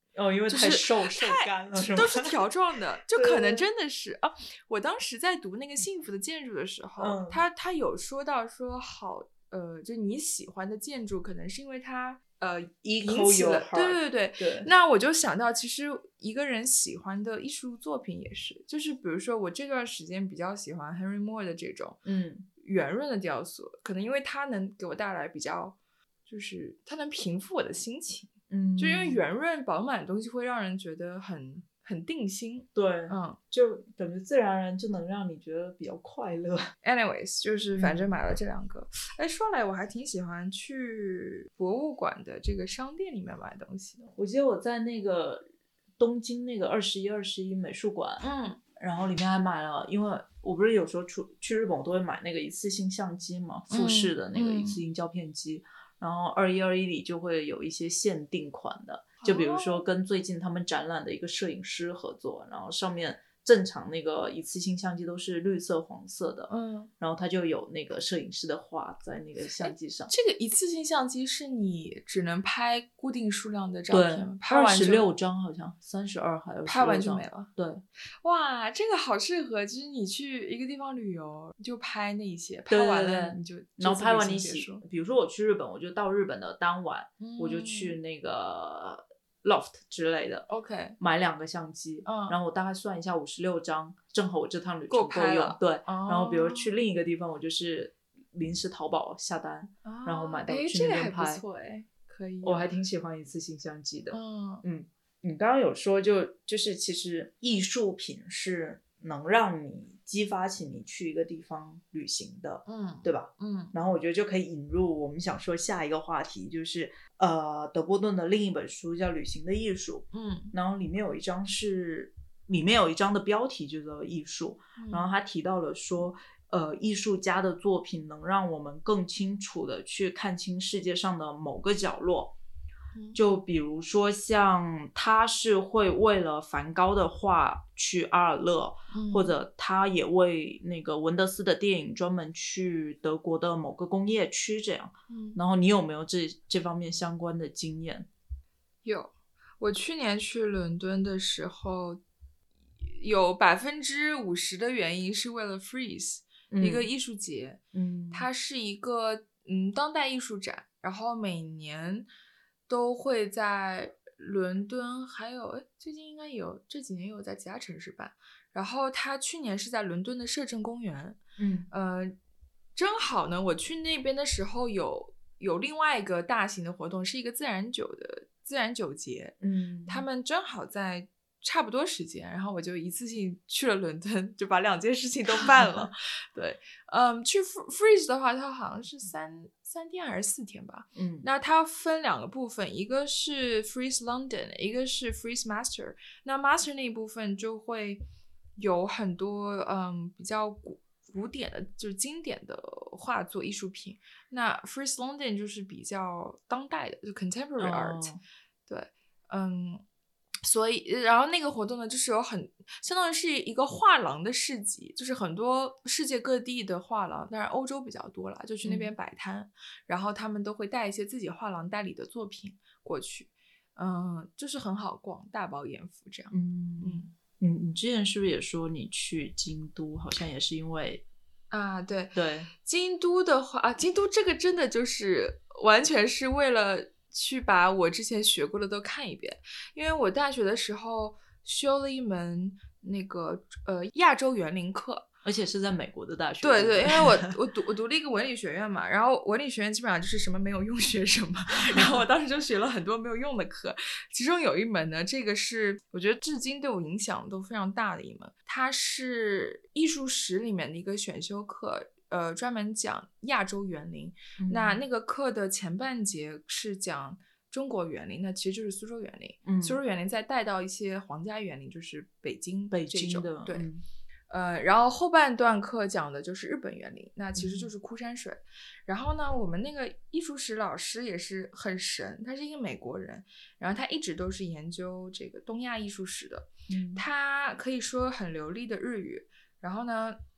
哦，因为就是太瘦瘦干了是吗？ 都是条状的，就对可能真的是啊。我当时在读那个幸福的建筑的时候， 嗯他他有说到说好，呃，就你喜欢的建筑，可能是因为它呃引 Echo 起 your 了，对 heart 对对对那我就想到，其实一个人喜欢的艺术作品也是，就是比如说我这段时间比较喜欢 Henry Moore 的这种嗯圆润的雕塑，可能因为它能给我带来比较，就是它能平复我的心情。 嗯， 就因为圆润饱满的东西会让人觉得很很定心， 对， 嗯就感觉自然而然就能让你觉得比较快乐。 ，anyways， 就是反正嗯买了这两个。哎、说来我还挺喜欢去博物馆的这个商店里面买东西的。 我记得我在那个东京那个二十一二十一美术馆， 嗯然后里面还买了，因为我不是有时候出去日本我都会买那个一次性相机嘛，富士的那个一次性胶片机，然后二一二一里就会有一些限定款的，就比如说跟最近他们展览的一个摄影师合作，然后上面正常那个一次性相机都是绿色黄色的， 嗯， 然后它就有那个摄影师的画在那个相机上。 这个一次性相机是你只能拍固定数量的照对片吗？，拍二完就十六张好像，三十二还有拍完十六张就没了。 对， 哇，这个好适合，就是你去一个地方旅游，就拍那一些，拍对完对对了你就， 然后拍完你洗这次旅行结束， 比如说我去日本，我就到日本的当晚， 嗯我就去那个 loft 之类的 OK， 买两个相机， 嗯然后我大概算一下五十六张，正好我这趟旅够程够用拍了。 对， 哦然后比如去另一个地方，我就是临时淘宝下单，然后买到哎， 去这个还不那边拍。 错哎，可以。 我还挺喜欢一次性相机的。 嗯嗯，你刚刚有说就就是其实艺术品是能让你激发起你去一个地方旅行的， 嗯对吧？ 嗯然后我觉得就可以引入我们想说下一个话题，就是呃德波顿的另一本书叫《旅行的艺术》， 嗯， 然后里面有一章是里面有一章的标题就叫艺术，然后他提到了说呃艺术家的作品能让我们更清楚的去看清世界上的某个角落。就比如说像他是会为了梵高的画去阿尔勒， 嗯或者他也为那个文德斯的电影专门去德国的某个工业区这样。 嗯然后你有没有这这方面相关的经验？ 有，我去年去伦敦的时候，有百分之五十的原因是为了 Freeze、 嗯一个艺术节， 嗯它是一个嗯当代艺术展，然后每年都会在伦敦，还有哎最近应该有这几年有在其他城市办，然后它去年是在伦敦的摄政公园， 嗯呃，正好呢，我去那边的时候有有另外一个大型的活动，是一个自然酒的自然酒节， 嗯他们正好在差不多时间，然后我就一次性去了伦敦，就把两件事情都办了。对，嗯，去 Freeze 的话，它好像是三三天还是四天吧。 嗯那它分两个部分，一个是 Freeze London， 一个是 Freeze Master。那 Master 那一部分就会有很多嗯比较古古典的，就是经典的画作艺术品。那 Freeze London 就是比较当代的，就 Contemporary Art、 哦对，嗯。所以，然后那个活动呢，就是有很相当于是一个画廊的市集，就是很多世界各地的画廊，当然欧洲比较多了，就去那边摆摊，嗯、然后他们都会带一些自己画廊代理的作品过去，嗯，就是很好逛，大饱眼福这样。 嗯嗯， 你你之前是不是也说你去京都，好像也是因为啊，对对京都的话啊，京都这个真的就是完全是为了去把我之前学过的都看一遍，因为我大学的时候修了一门那个呃亚洲园林课， 而且是在美国的大学。 对对，因为我我读我读了一个文理学院嘛，然后文理学院基本上就是什么没有用学什么，然后我当时就学了很多没有用的课，其中有一门呢，这个是我觉得至今对我影响都非常大的一门，它是艺术史里面的一个选修课。呃，专门讲亚洲园林、嗯，那那个课的前半节是讲中国园林，那其实就是苏州园林。嗯，苏州园林再带到一些皇家园林，就是北京北京的对、 嗯， 呃，然后后半段课讲的就是日本园林，那其实就是枯山水。嗯、然后呢，我们那个艺术史老师也是很神，他是一个美国人，然后他一直都是研究这个东亚艺术史的， 嗯， 他可以说很流利的日语，然后呢。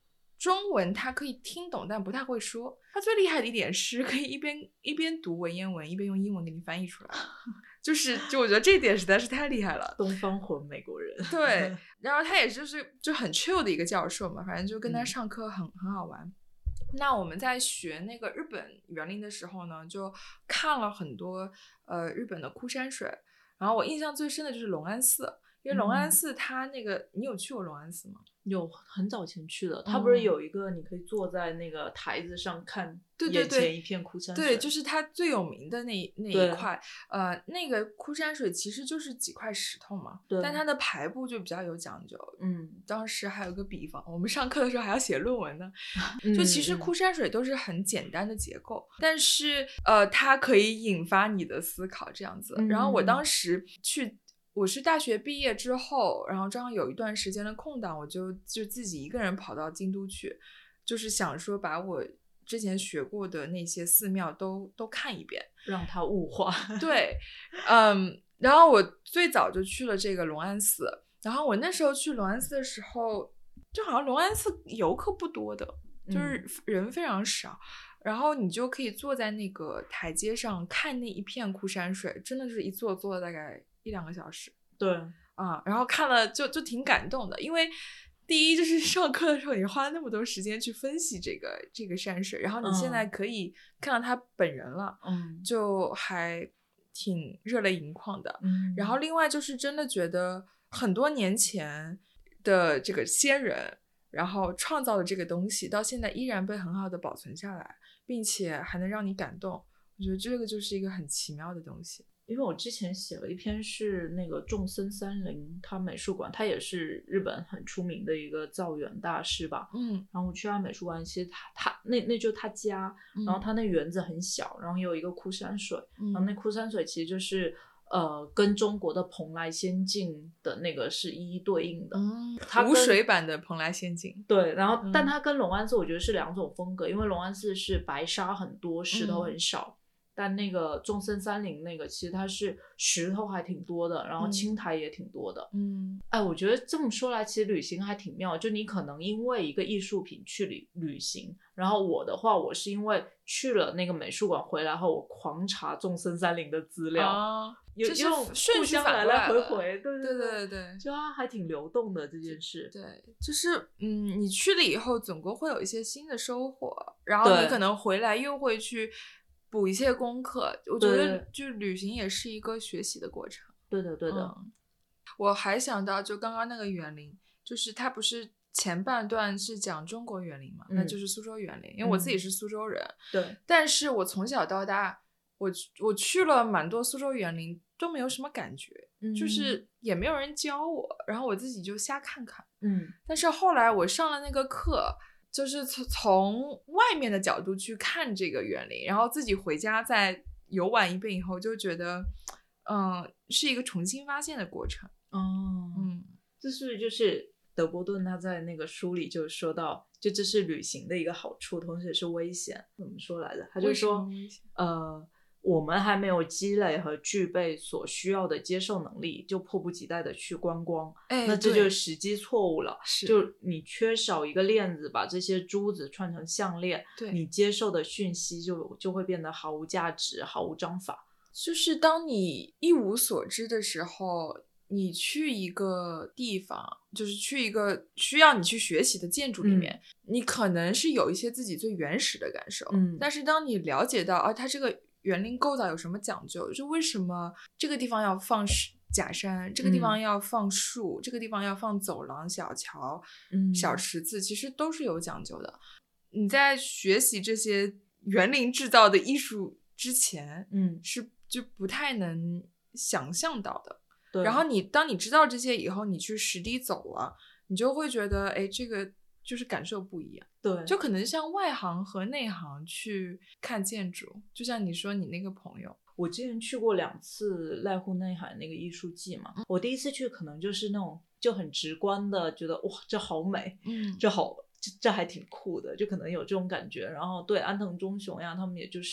中文他可以听懂，但不太会说。他最厉害的一点是可以一边一边读文言文，一边用英文给你翻译出来。就是就我觉得这一点实在是太厉害了， 东方魂美国人。 对，然后他也就是就很 chill 的一个教授嘛，反正就跟他上课很、嗯、很好玩。那我们在学那个日本园林的时候呢，就看了很多呃日本的枯山水，然后我印象最深的就是龙安寺，因为龙安寺它那个、嗯、你有去过龙安寺吗？ 有，很早前去的。它不是有一个你可以坐在那个台子上看眼前一片枯山水？ 对对对，就是它最有名的那那一块，呃，那个枯山水其实就是几块石头嘛，但它的排布就比较有讲究。嗯，当时还有个比方，我们上课的时候还要写论文呢。就其实枯山水都是很简单的结构，嗯、但是呃，它可以引发你的思考这样子。嗯、然后我当时去。我是大学毕业之后，然后正好有一段时间的空档，我就就自己一个人跑到京都去，就是想说把我之前学过的那些寺庙都都看一遍， 让它物化。对， 嗯，然后我最早就去了这个龙安寺，然后我那时候去龙安寺的时候，就好像龙安寺游客不多的，就是人非常少。嗯，然后你就可以坐在那个台阶上看那一片枯山水，真的是一坐坐了大概一两个小时。 对啊，然后看了就就挺感动的，因为第一就是上课的时候你花了那么多时间去分析这个这个山水，然后你现在可以看到他本人了，嗯，就还挺热泪盈眶的。嗯，然后另外就是真的觉得很多年前的这个先人，然后创造的这个东西到现在依然被很好的保存下来，并且还能让你感动，我觉得这个就是一个很奇妙的东西。 因为我之前写了一篇是那个众森三菱他美术馆，他也是日本很出名的一个造园大师吧。嗯，然后我去他美术馆，其实他他那那就是他家，嗯，然后他那园子很小，然后也有一个枯山水，嗯，然后那枯山水其实就是呃跟中国的蓬莱仙境的那个是一一对应的。 嗯，无水版的蓬莱仙境。 对，然后，嗯，但它跟龙安寺我觉得是两种风格，因为龙安寺是白沙很多，石头很少。嗯，但那个众森三菱那个其实它是石头还挺多的，然后青苔也挺多的。嗯，哎，我觉得这么说来其实旅行还挺妙，就你可能因为一个艺术品去旅旅行，然后我的话我是因为去了那个美术馆回来后我狂查众森三菱的资料。啊，有就是顺序来来回回。对对对对， 就它还挺流动的这件事。 对，就是嗯，你去了以后总归会有一些新的收获，然后你可能回来又会去补一些功课。我觉得就旅行也是一个学习的过程。 对的对的。 嗯，我还想到就刚刚那个园林，就是它不是前半段是讲中国园林嘛，嗯，那就是苏州园林，因为我自己是苏州人。嗯， 对， 但是我从小到大我我去了蛮多苏州园林都没有什么感觉。嗯，就是也没有人教我，然后我自己就瞎看看。嗯，但是后来我上了那个课，就是从从外面的角度去看这个园林，然后自己回家再游玩一遍以后，就觉得嗯，是一个重新发现的过程。 哦，嗯，这是就是德波顿他在那个书里就说到，就这是旅行的一个好处，同时也是危险。怎么说来着？他就说呃我们还没有积累和具备所需要的接受能力，就迫不及待的去观光。哎，那这就是时机错误了。就你缺少一个链子，把这些珠子串成项链，对，你接受的讯息就就会变得毫无价值，毫无章法。 就是当你一无所知的时候，你去一个地方，就是去一个需要你去学习的建筑里面，嗯，你可能是有一些自己最原始的感受。嗯，但是当你了解到啊，它这个园林构造有什么讲究，就为什么这个地方要放假山，这个地方要放树，嗯，这个地方要放走廊、小桥、嗯，小池子，其实都是有讲究的。你在学习这些园林制造的艺术之前，嗯，是就不太能想象到的。对，然后你当你知道这些以后，你去实地走了，你就会觉得哎，这个就是感受不一样。对，就可能像外行和内行去看建筑，就像你说你那个朋友， 我之前去过两次濑户内海那个艺术季嘛，嗯，我第一次去可能就是那种就很直观的觉得哇这好美，嗯，这好这这还挺酷的，就可能有这种感觉。然后对安藤忠雄呀他们也就是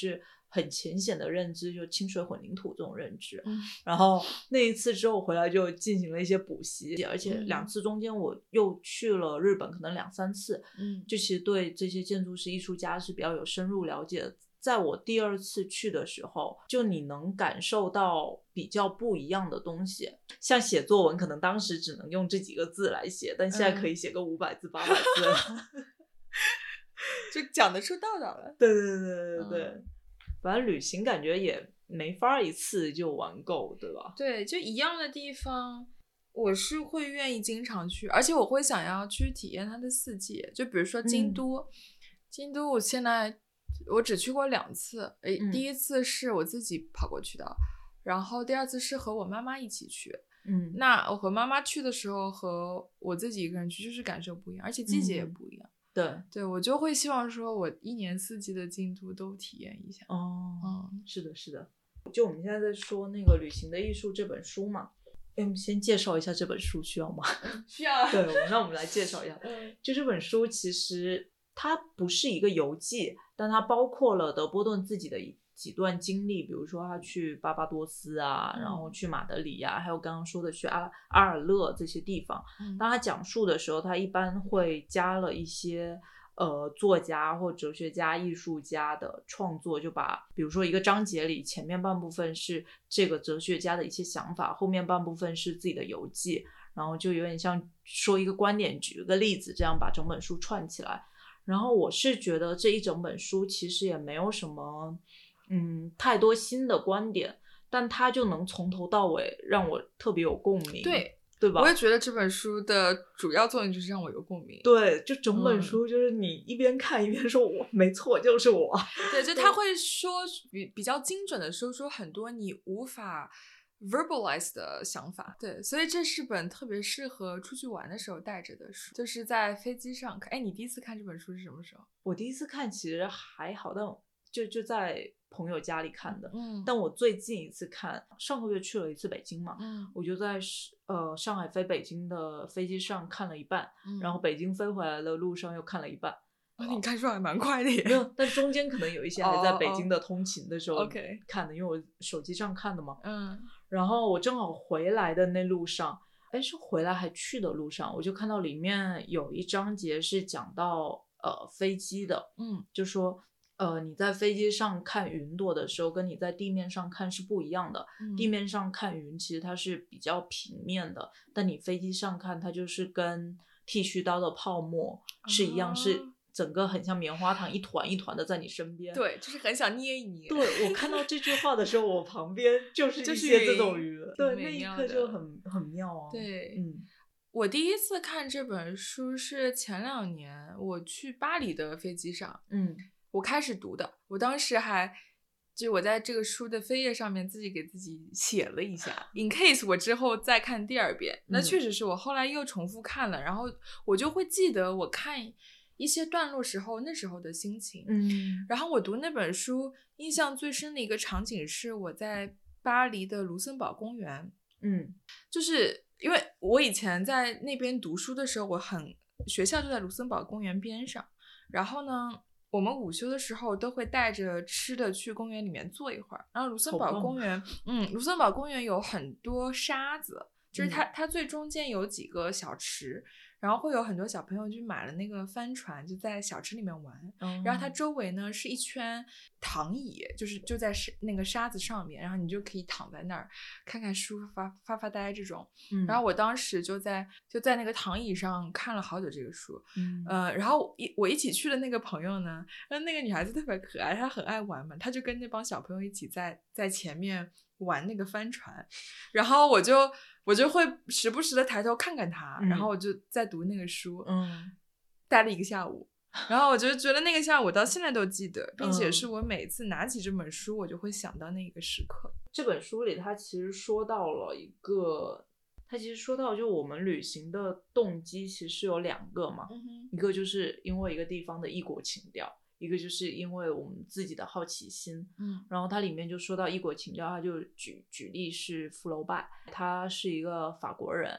很浅显的认知，就清水混凝土这种认知。 嗯、 然后那一次之后回来就进行了一些补习，而且两次中间我又去了日本，可能两三次， 嗯， 就其实对这些建筑师艺术家是比较有深入了解的。在我第二次去的时候，就你能感受到比较不一样的东西。像写作文可能当时只能用这几个字来写，但现在可以写个五百字八百字了就讲得出道道了。 对对对对对、 嗯、 反正旅行感觉也没法一次就玩够，对吧？ 对，就一样的地方我是会愿意经常去，而且我会想要去体验它的四季。就比如说京都、嗯、京都我现在我只去过两次，诶、嗯、第一次是我自己跑过去的，然后第二次是和我妈妈一起去。 嗯， 那我和妈妈去的时候和我自己一个人去就是感受不一样，而且季节也不一样。 嗯、对对，我就会希望说我一年四季的京都都体验一下。 哦， 嗯， 是的是的。就我们现在在说那个《旅行的艺术》这本书嘛，我们先介绍一下这本书需要吗？ 需要。 对，那我们来介绍一下。就这本书其实它不是一个游记，但它包括了德波顿自己的几段经历，比如说他去巴巴多斯啊、嗯、然后去马德里啊，还有刚刚说的去阿阿尔勒这些地方、嗯、当他讲述的时候，他一般会加了一些呃作家或哲学家艺术家的创作，就把比如说一个章节里前面半部分是这个哲学家的一些想法，后面半部分是自己的游记，然后就有点像说一个观点举一个例子，这样把整本书串起来。然后我是觉得这一整本书其实也没有什么嗯太多新的观点，但它就能从头到尾让我特别有共鸣， 对对吧？ 我也觉得这本书的主要作用就是让我有共鸣。 对，就整本书就是你一边看一边说我、嗯、没错就是我。 对，就他会说比比较精准的说出很多你无法verbalize 的想法。对，所以这是本特别适合出去玩的时候带着的书，就是在飞机上看。哎，你第一次看这本书是什么时候？ 我第一次看其实还好，但就就在朋友家里看的。 嗯， 但我最近一次看，上个月去了一次北京嘛， 嗯， 我就在呃上海飞北京的飞机上看了一半， 嗯、 然后北京飞回来的路上又看了一半。 哦，你看书还蛮快的耶。 没有，但中间可能有一些还在北京的通勤的时候看的， oh, oh. 因为我手机上看的嘛。 嗯， 然后我正好回来的那路上，哎，是回来还去的路上，我就看到里面有一章节是讲到呃飞机的， 嗯， 就说呃你在飞机上看云朵的时候，跟你在地面上看是不一样的。 嗯、 地面上看云其实它是比较平面的，但你飞机上看它就是跟剃须刀的泡沫是一样，哦、是整个很像棉花糖一团一团的在你身边。 对，就是很想捏一捏。 对，我看到这句话的时候，我旁边就是一些这种鱼，对，那一刻就很很妙啊。 对， 嗯， 我第一次看这本书是前两年我去巴黎的飞机上， 嗯， 我开始读的。我当时还就我在这个书的扉页上面自己给自己写了一下，in case 我之后再看第二遍。那确实是我后来又重复看了，然后我就会记得我看一些段落时候那时候的心情。 嗯， 然后我读那本书印象最深的一个场景是我在巴黎的卢森堡公园。 嗯， 就是因为我以前在那边读书的时候，我很学校就在卢森堡公园边上，然后呢我们午休的时候都会带着吃的去公园里面坐一会儿。然后卢森堡公园嗯，卢森堡公园有很多沙子，就是它、嗯、它最中间有几个小池，然后会有很多小朋友就买了那个帆船，就在小池里面玩、嗯、然后它周围呢是一圈躺椅，就是就在那个沙子上面，然后你就可以躺在那儿看看书发发发呆这种、嗯、然后我当时就在就在那个躺椅上看了好久这个书、嗯、呃，然后一我一起去的那个朋友呢，那个女孩子特别可爱，她很爱玩嘛，她就跟那帮小朋友一起在在前面玩那个帆船，然后我就我就会时不时的抬头看看他、嗯、然后我就在读那个书， 嗯， 待了一个下午，然后我就觉得那个下午我到现在都记得，并且是我每次拿起这本书我就会想到那个时刻。 这本书里他其实说到了一个他其实说到就我们旅行的动机其实有两个嘛、嗯、一个就是因为一个地方的异国情调，一个就是因为我们自己的好奇心。嗯，然后它里面就说到异国情调，他就举举例是福楼拜，他是一个法国人，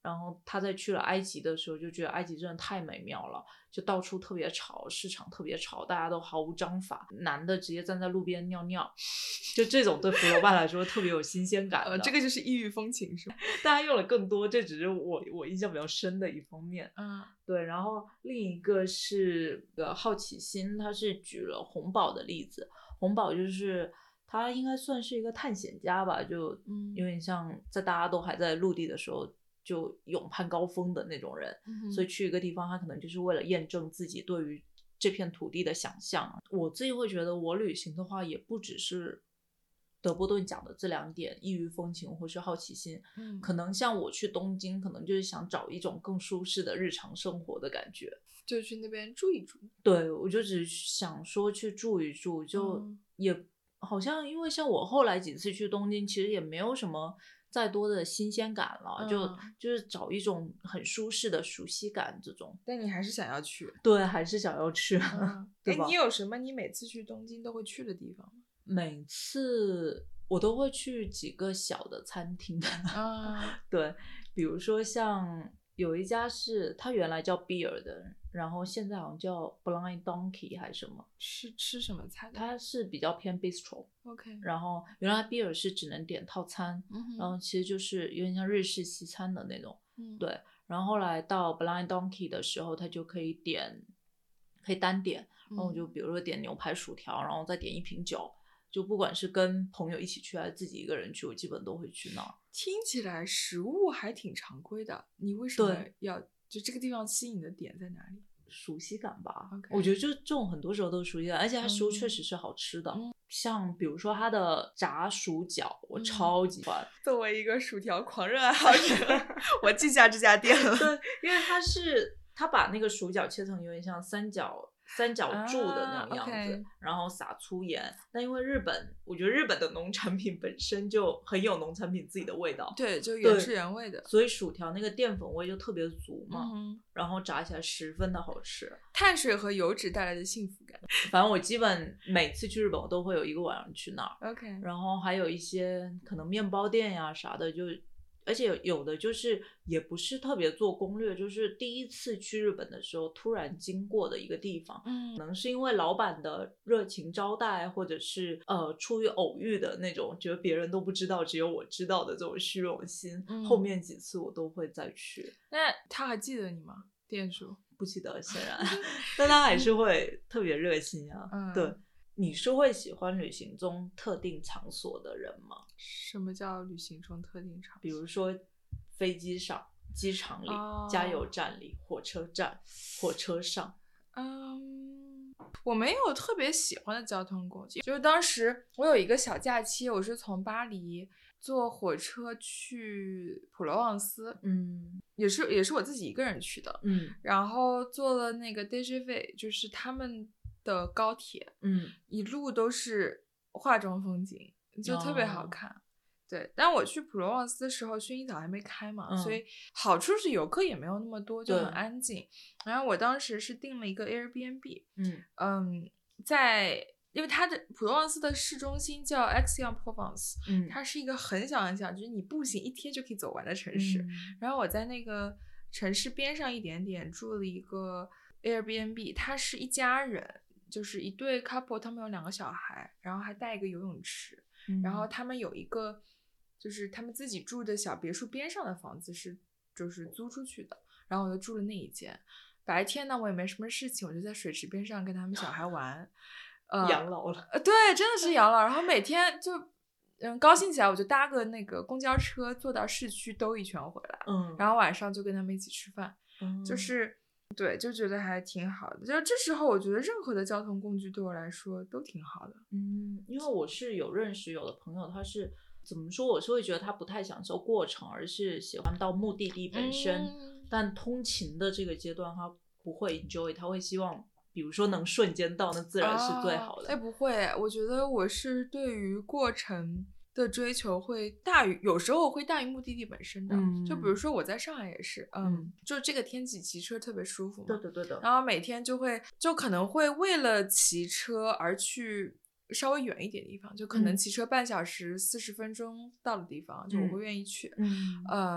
然后他在去了埃及的时候，就觉得埃及真的太美妙了，就到处特别吵，市场特别吵，大家都毫无章法，男的直接站在路边尿尿，就这种对福楼拜来说特别有新鲜感的。 呃，这个就是异域风情是吧？ 大家用了更多，这只是我我印象比较深的一方面。 嗯， 对。然后另一个是个好奇心，他是举了洪堡的例子。洪堡就是他应该算是一个探险家吧，就有点像在大家都还在陆地的时候就勇攀高峰的那种人、嗯、所以去一个地方他可能就是为了验证自己对于这片土地的想象。我自己会觉得我旅行的话也不只是德波顿讲的这两点，异域风情或是好奇心、嗯、可能像我去东京可能就是想找一种更舒适的日常生活的感觉， 就去那边住一住。对， 我就只想说去住一住，就也、嗯、好像因为像我后来几次去东京其实也没有什么再多的新鲜感了、嗯、就就是找一种很舒适的熟悉感这种。 但你还是想要去？ 对，还是想要去、 嗯、对吧？你有什么你每次去东京都会去的地方吗？ 每次我都会去几个小的餐厅、嗯、对，比如说像有一家是它原来叫 Beer 的，然后现在好像叫 Blind Donkey 还是什么， 是吃什么菜的？ 它是比较偏 bistro OK， 然后原来 Beer 是只能点套餐、嗯、然后其实就是有点像日式西餐的那种、嗯、对。然后后来到 Blind Donkey 的时候它就可以点可以单点，然后我就比如说点牛排薯条，然后再点一瓶酒，就不管是跟朋友一起去还是自己一个人去，我基本都会去那儿。 听起来食物还挺常规的，你为什么要就这个地方吸引的点在哪里？ 熟悉感吧、 okay. 我觉得就这种很多时候都是熟悉感，而且它食物确实是好吃的、嗯、像比如说它的炸薯饺我超级喜欢、嗯、 作为一个薯条狂热爱好者我记下这家店了。 对，因为它是它把那个薯饺切成有点像三角三角柱的那种样子、啊 okay. 然后撒粗盐。但因为日本我觉得日本的农产品本身就很有农产品自己的味道， 对，就原汁原味的， 所以薯条那个淀粉味就特别足嘛、嗯、然后炸起来十分的好吃， 碳水和油脂带来的幸福感。 反正我基本每次去日本我都会有一个晚上去那儿 OK， 然后还有一些可能面包店呀啥的，就而且有的就是也不是特别做攻略，就是第一次去日本的时候突然经过的一个地方、嗯、可能是因为老板的热情招待，或者是呃出于偶遇的那种觉得别人都不知道只有我知道的这种虚荣心、嗯、后面几次我都会再去。 那他还记得你吗？店主不记得显然但他还是会特别热心啊、嗯、对。你是会喜欢旅行中特定场所的人吗？ 什么叫旅行中特定场所？ 比如说飞机上、机场里、哦、加油站里、火车站、火车上。 嗯，我没有特别喜欢的交通工具，就是当时我有一个小假期，我是从巴黎坐火车去普罗旺斯， 嗯， 也是也是我自己一个人去的， 嗯， 然后坐了那个 D J V， 就是他们的高铁， 嗯， 一路都是化妆风景，就特别好看、哦、对。但我去普罗旺斯的时候薰衣岛还没开嘛、嗯、所以好处是游客也没有那么多，就很安静。然后我当时是订了一个 Airbnb， 嗯嗯，在因为它的普罗旺斯的市中心叫 Aix-en-Provence， 嗯， 它是一个很小很小，就是你步行一天就可以走完的城市、嗯、然后我在那个城市边上一点点住了一个 Airbnb， 它是一家人，就是一对 couple， 他们有两个小孩，然后还带一个游泳池、嗯、然后他们有一个就是他们自己住的小别墅边上的房子是就是租出去的，然后我就住了那一间。白天呢我也没什么事情，我就在水池边上跟他们小孩玩，呃， 养老了， 呃，对，真的是养老。然后每天就嗯高兴起来我就搭个那个公交车坐到市区兜一圈回来， 嗯， 然后晚上就跟他们一起吃饭， 嗯， 就是对，就觉得还挺好的。就这时候我觉得任何的交通工具对我来说都挺好的。 嗯，因为我是有认识有的朋友，他是怎么说，我是会觉得他不太享受过程，而是喜欢到目的地本身、嗯、但通勤的这个阶段他不会 enjoy， 他会希望比如说能瞬间到，那自然是最好的。 哎、啊，不会，我觉得我是对于过程的追求会大于，有时候会大于目的地本身的、嗯、就比如说我在上海也是 嗯, 嗯，就这个天气骑车特别舒服嘛， 对的对的， 然后每天就会就可能会为了骑车而去稍微远一点的地方，就可能骑车半小时四十分钟到的地方、嗯、就我会愿意去。 嗯, 嗯，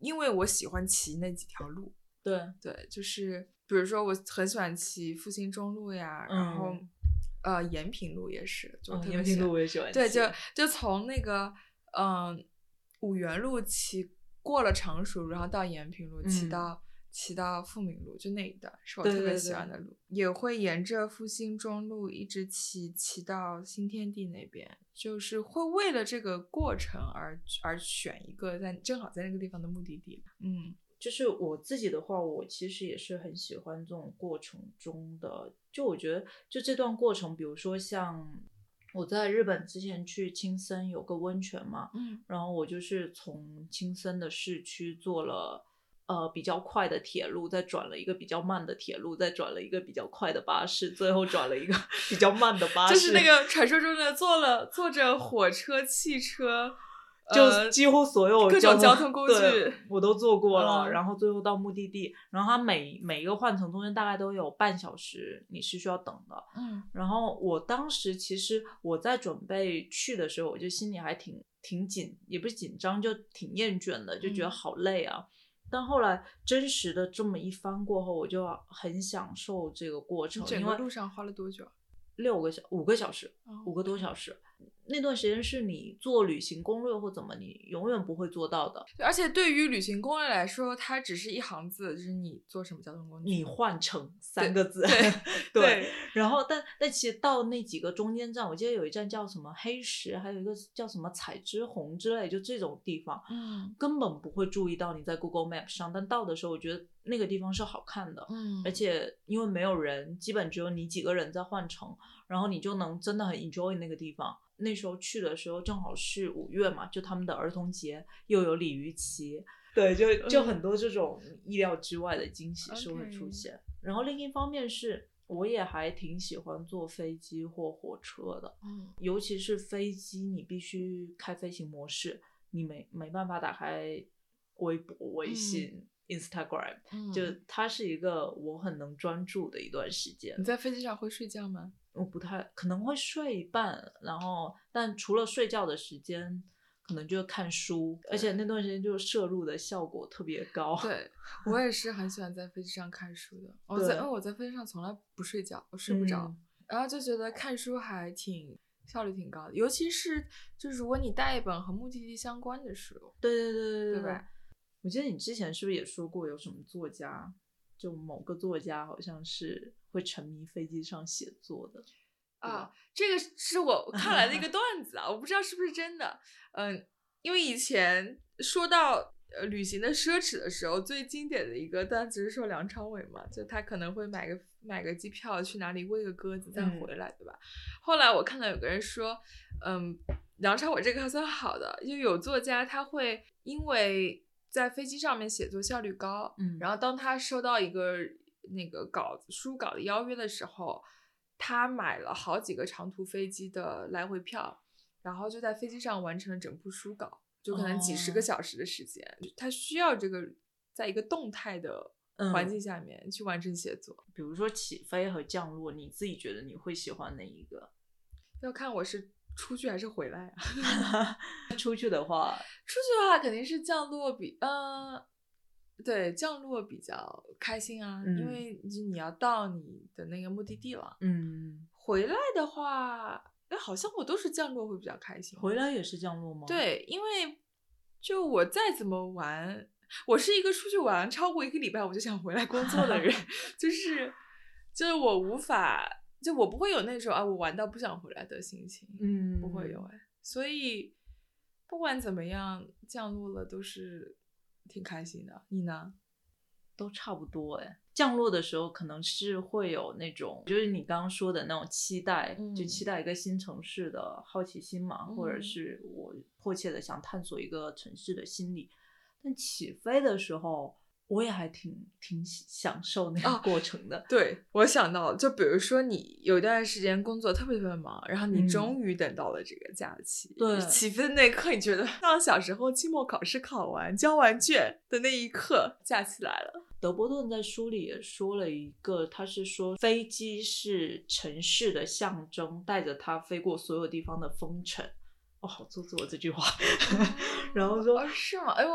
因为我喜欢骑那几条路。 对对，就是比如说我很喜欢骑复兴中路呀， 嗯、 然后呃延平路也是，就特别延平路我也喜欢骑。 对，就就从那个嗯、呃、五原路骑过了常熟，然后到延平路骑到、嗯、骑到富民路，就那一段是我特别喜欢的路。对对对，也会沿着复兴中路一直骑骑到新天地那边，就是会为了这个过程而而选一个在正好在那个地方的目的地。嗯。 就是我自己的话，我其实也是很喜欢这种过程中的，就我觉得就这段过程，比如说像我在日本之前去青森有个温泉嘛， 嗯， 然后我就是从青森的市区坐了呃比较快的铁路，再转了一个比较慢的铁路，再转了一个比较快的巴士，最后转了一个比较慢的巴士， 就是那个传说中的坐了坐着火车、汽车。 就几乎所有各种交通工具我都坐过了、 嗯、 然后最后到目的地，然后它每每一个换乘中间大概都有半小时你是需要等的。 嗯， 然后我当时其实我在准备去的时候，我就心里还挺挺紧，也不是紧张，就挺厌倦的，就觉得好累啊、嗯、但后来真实的这么一番过后，我就很享受这个过程。 整个路上花了多久？ 六个小五个小时、 哦、 五个多小时。那段时间是你做旅行攻略或怎么你永远不会做到的。 而且对于旅行攻略来说，它只是一行字，就是你坐什么交通工具， 你换乘三个字。 对对, 对然后但但其实到那几个中间站，我记得有一站叫什么黑石，还有一个叫什么彩之红之类，就这种地方、 嗯、 根本不会注意到你在 Google Map 上，但到的时候我觉得那个地方是好看的、 嗯、 而且因为没有人，基本只有你几个人在换乘，然后你就能真的很 enjoy 那个地方。那时候去的时候正好是五月嘛，就他们的儿童节，又有鲤鱼旗，对，就就很多这种意料之外的惊喜是会出现、okay. 然后另一方面是我也还挺喜欢坐飞机或火车的、 嗯、 尤其是飞机你必须开飞行模式，你没没办法打开微博、微信、嗯、Instagram、嗯、就它是一个我很能专注的一段时间。 你在飞机上会睡觉吗？ 我不太可能会睡一半，然后但除了睡觉的时间可能就看书，而且那段时间就摄入的效果特别高。 对，我也是很喜欢在飞机上看书的。我在因为我在飞机上从来不睡觉，我睡不着、嗯、然后就觉得看书还挺效率挺高的，尤其是就如果你带一本和目的地相关的书。 对对对对对吧？ 我记得你之前是不是也说过有什么作家，就某个作家好像是会沉迷飞机上写作的啊，这个是我看来的一个段子啊，我不知道是不是真的。嗯，因为以前说到呃旅行的奢侈的时候，最经典的一个段子是说梁朝伟嘛，就他可能会买个买个机票去哪里喂个鸽子再回来，嗯、对吧？后来我看到有个人说，嗯，梁朝伟这个还算好的，就有作家他会因为在飞机上面写作效率高， 嗯， 然后当他收到一个那个稿子书稿的邀约的时候，他买了好几个长途飞机的来回票，然后就在飞机上完成了整部书稿，就可能几十个小时的时间、哦、他需要这个在一个动态的环境下面去完成写作、 嗯、比如说起飞和降落，你自己觉得你会喜欢哪一个？ 要看我是出去还是回来啊出去的话出去的话肯定是降落比呃对，降落比较开心啊、嗯、因为你要到你的那个目的地了。 嗯， 回来的话好像我都是降落会比较开心。 回来也是降落吗？ 对，因为就我再怎么玩，我是一个出去玩超过一个礼拜我就想回来工作的人就是就是我无法，就我不会有那种啊我玩到不想回来的心情。 嗯， 不会有哎，所以不管怎么样降落了都是挺开心的。你呢？ 都差不多哎。降落的时候可能是会有那种就是你刚刚说的那种期待、嗯、就期待一个新城市的好奇心嘛、嗯、或者是我迫切的想探索一个城市的心理。但起飞的时候我也还挺挺享受那个过程的、 哦、对，我想到就比如说你有一段时间工作特别特别忙，然后你终于等到了这个假期、嗯、对，起飞的那一刻你觉得像小时候期末考试考完交完卷的那一刻假期来了。 德伯顿在书里也说了一个，他是说飞机是城市的象征，带着它飞过所有地方的风尘。哦，好做作这句话然后说、 哦、是吗？因为我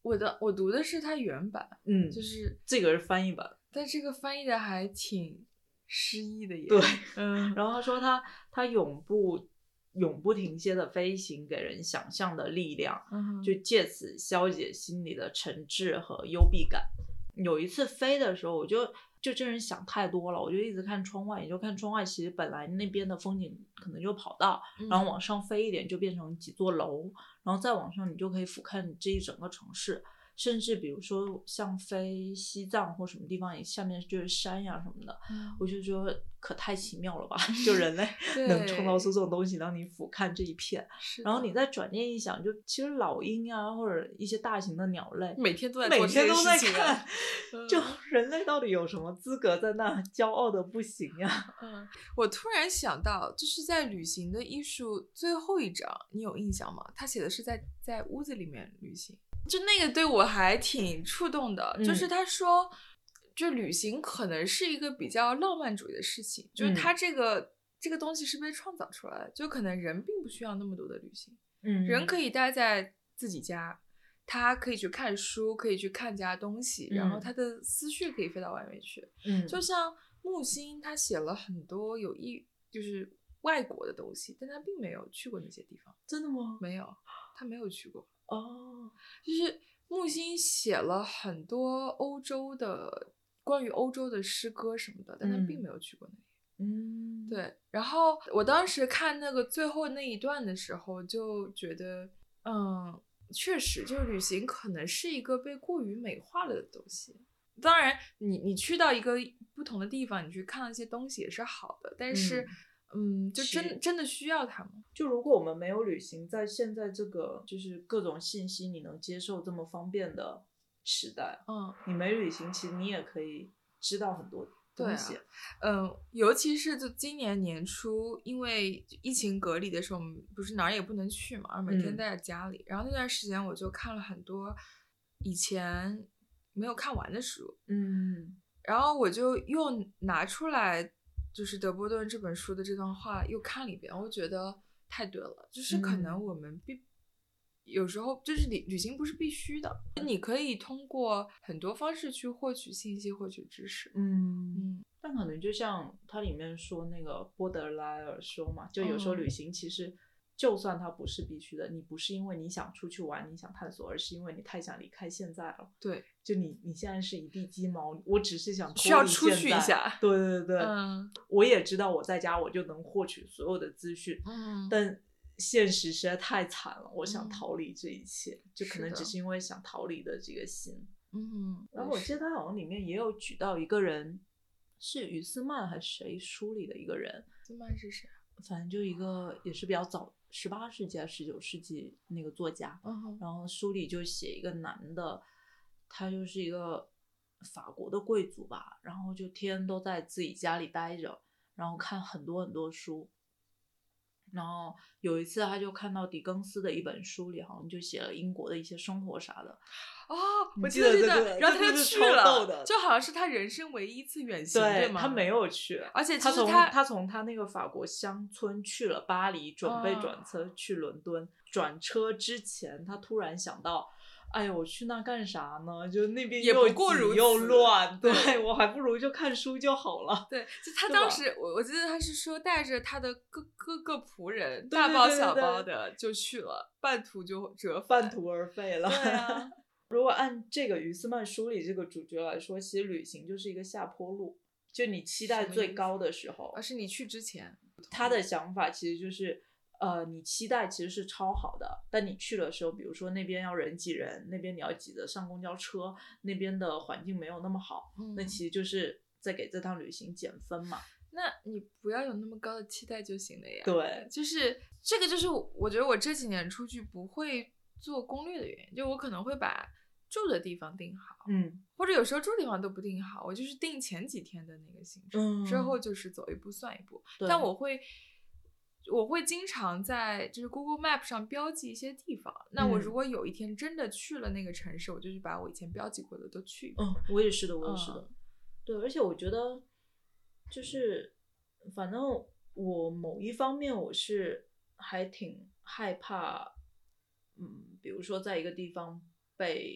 我的我读的是它原版， 嗯， 就是这个是翻译版， 但这个翻译的还挺诗意的耶。 对， 嗯， 然后他说他他永不永不停歇的飞行给人想象的力量， 嗯就借此消解心里的沉滞和幽闭感。有一次飞的时候，我就就这人想太多了，我就一直看窗外，也就看窗外，其实本来那边的风景可能就跑道， 嗯然后往上飞一点就变成几座楼，然后再往上你就可以俯瞰这一整个城市。甚至比如说像飞西藏或什么地方，下面就是山呀什么的， 嗯我就觉得可太奇妙了吧！就人类能创造出这种东西，让你俯瞰这一片。然后你再转念一想，就其实老鹰啊，或者一些大型的鸟类， 每天都在每做这件天都在事情啊看，就人类到底有什么资格在那骄傲的不行呀？ 嗯，我突然想到，就是在旅行的艺术最后一章，你有印象吗？他写的是在在屋子里面旅行。就那个对我还挺触动的， 嗯、 就是他说，就旅行可能是一个比较浪漫主义的事情，就是他这个、嗯、这个东西是被创造出来的，就可能人并不需要那么多的旅行， 嗯， 人可以待在自己家，他可以去看书，可以去看家东西， 嗯、 然后他的思绪可以飞到外面去， 嗯， 就像木心他写了很多有意就是外国的东西，但他并没有去过那些地方。 真的吗？ 没有，他没有去过。 哦， 就是木心写了很多欧洲的关于欧洲的诗歌什么的，但他并没有去过那里。 嗯， 对。然后我当时看那个最后那一段的时候，就觉得，嗯，确实，就是旅行可能是一个被过于美化了的东西。当然你，你你去到一个不同的地方，你去看那些东西也是好的，但是。嗯嗯，就真真的需要它吗？ 就如果我们没有旅行，在现在这个就是各种信息你能接受这么方便的时代， 嗯， 你没旅行，其实你也可以知道很多东西。 对啊、嗯，尤其是就今年年初，因为疫情隔离的时候，我们不是哪儿也不能去嘛，每天待在家里、嗯。然后那段时间我就看了很多以前没有看完的书， 嗯， 然后我就又拿出来。就是德波顿这本书的这段话又看了一遍，我觉得太对了。就是可能我们必、嗯、有时候就是旅旅行不是必须的，你可以通过很多方式去获取信息、获取知识。 嗯嗯，但可能就像它里面说那个波德莱尔说嘛，就有时候旅行其实就算它不是必须的，你不是因为你想出去玩、你想探索，而是因为你太想离开现在了。 对。 就你你现在是一地鸡毛，我只是想需要出去一下。 对对对， 嗯， 我也知道我在家我就能获取所有的资讯， 嗯， 但现实实在太惨了，我想逃离这一切、嗯，就可能只是因为想逃离的这个心。 嗯， 然后我记得他好像里面也有举到一个人，是于斯曼还是谁书里的一个人？ 于斯曼是谁？ 反正就一个也是比较早，十八世纪还是十九世纪那个作家。 嗯， 然后书里就写一个男的。他就是一个法国的贵族吧，然后就天天都在自己家里待着，然后看很多很多书。然后有一次他就看到狄更斯的一本书里好像就写了英国的一些生活啥的。 哦， 我记得这个， 然后他就去了，就好像是他人生唯一一次远行， 对, 对吗？ 他没有去， 而且他从他他从他那个法国乡村去了巴黎，准备转车去伦敦。哦、转车之前，他突然想到。哎呀，我去那干啥呢？就那边又挤又乱，对, 对我还不如就看书就好了。 对，就他当时，我我记得他是说带着他的各各个仆人， 对对对对对大包小包的就去了，半途就折返， 半途而废了。 对啊， 如果按这个于斯曼书里这个主角来说，其实旅行就是一个下坡路，就你期待最高的时候， 而是你去之前， 他的想法其实就是。呃，你期待其实是超好的，但你去的时候，比如说那边要人挤人，那边你要挤着上公交车，那边的环境没有那么好、嗯，那其实就是在给这趟旅行减分嘛。 那你不要有那么高的期待就行了呀。 对， 就是这个，就是我觉得我这几年出去不会做攻略的原因，就我可能会把住的地方定好， 嗯， 或者有时候住的地方都不定好，我就是定前几天的那个行程，嗯、之后就是走一步算一步，但我会。我会经常在就是 Google Map 上标记一些地方，那我如果有一天真的去了那个城市，嗯、我就去把我以前标记过的都去一遍。 嗯，我也是的，我也是的。嗯、对，而且我觉得就是反正我某一方面我是还挺害怕，嗯，比如说在一个地方被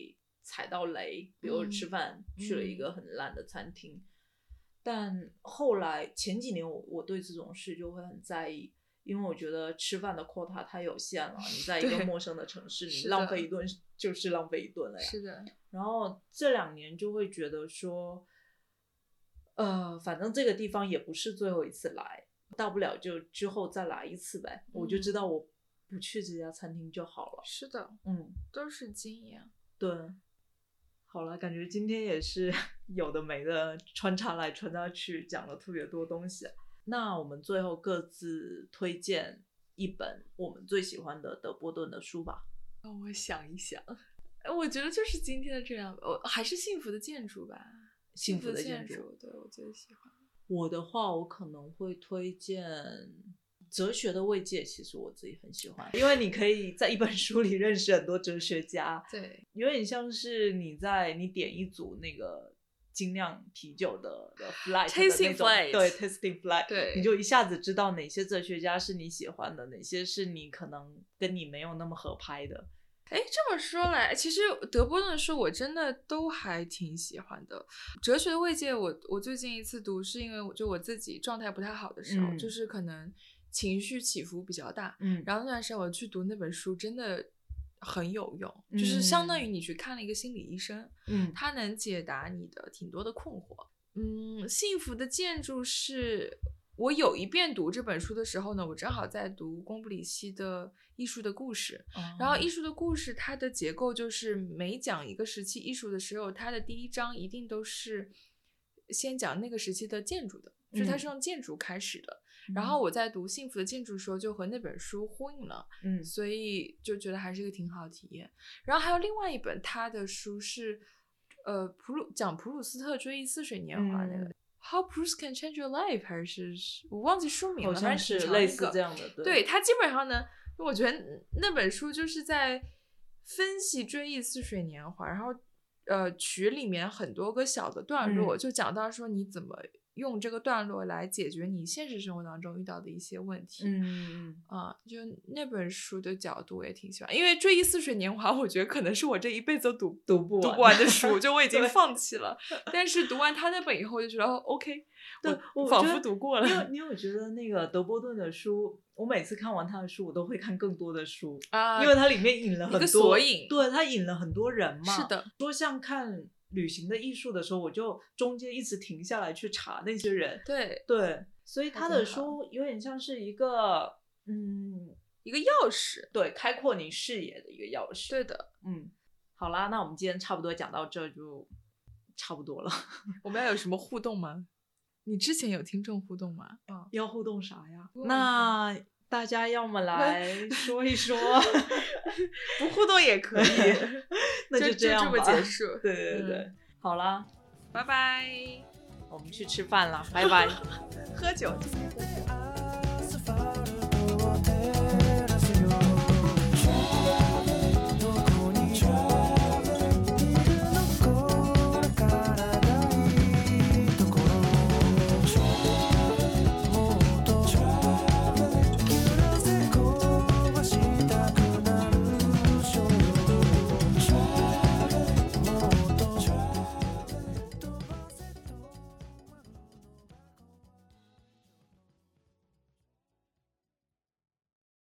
踩到雷，比如吃饭、嗯、去了一个很烂的餐厅、嗯、但后来前几年我我对这种事就会很在意，因为我觉得吃饭的 quota 太有限了，你在一个陌生的城市你浪费一顿就是浪费一顿了呀。 是的。 然后这两年就会觉得说呃，反正这个地方也不是最后一次来，大不了就之后再来一次呗、嗯、我就知道我不去这家餐厅就好了。 是的， 嗯， 都是经验。 对，好了，感觉今天也是有的没的穿插来穿插去，讲了特别多东西。那我们最后各自推荐一本我们最喜欢的德波顿的书吧。 让我想一想，我觉得就是今天的这样，我还是幸福的建筑吧。 幸福的建筑， 对，我最喜欢。 我的话，我可能会推荐哲学的慰藉，其实我自己很喜欢，因为你可以在一本书里认识很多哲学家。 对， 有点像是你在你点一组那个精酿啤酒的, 的 flight 的那种 flight 对 tasting flight， 对， 你就一下子知道哪些哲学家是你喜欢的，哪些是你可能跟你没有那么合拍的。 哎，这么说来，其实德波顿的书我真的都还挺喜欢的。哲学的慰藉我，我最近一次读是因为我就我自己状态不太好的时候、嗯、就是可能情绪起伏比较大， 嗯， 然后那段时间我去读那本书真的很有用、嗯、就是相当于你去看了一个心理医生， 嗯， 他能解答你的挺多的困惑。嗯，幸福的建筑是我有一遍读这本书的时候呢，我正好在读贡布里希的艺术的故事、哦、然后艺术的故事它的结构就是每讲一个时期艺术的时候，它的第一章一定都是先讲那个时期的建筑的、嗯、就是它是用建筑开始的、嗯、然后我在读幸福的建筑的时候就和那本书呼应了， 嗯， 所以就觉得还是一个挺好的体验。然后还有另外一本他的书是呃普鲁讲普鲁斯特追忆似水年华那个、嗯How Proust Can Change Your Life 还是我忘记书名了， 好像是类似这样的。对， 对，它基本上呢，我觉得那本书就是在分析追忆似水年华，然后呃取里面很多个小的段落、嗯、就讲到说你怎么用这个段落来解决你现实生活当中遇到的一些问题。 嗯嗯啊，就那本书的角度我也挺喜欢，因为追忆似水年华我觉得可能是我这一辈子都读读不完读不完的书，就我已经放弃了但是读完他那本以后就觉得、哦、OK， 对， 我仿佛读过了。 你有你有觉得那个德波顿的书，我每次看完他的书我都会看更多的书啊， 因为它里面引了很多索引， 对，它引了很多人嘛。 是的， 说像看旅行的艺术的时候，我就中间一直停下来去查那些人。 对对，所以他的书有点像是一个嗯一个钥匙， 对，开阔你视野的一个钥匙。 对的， 嗯，好啦，那我们今天差不多讲到这就差不多了。 我们要有什么互动吗？你之前有听众互动吗？ 嗯、要互动啥呀？那大家要么来说一说不互动也可以那就这样吧， 就这么结束。 对对对、嗯、好啦， 拜拜， 我们去吃饭了，拜拜喝酒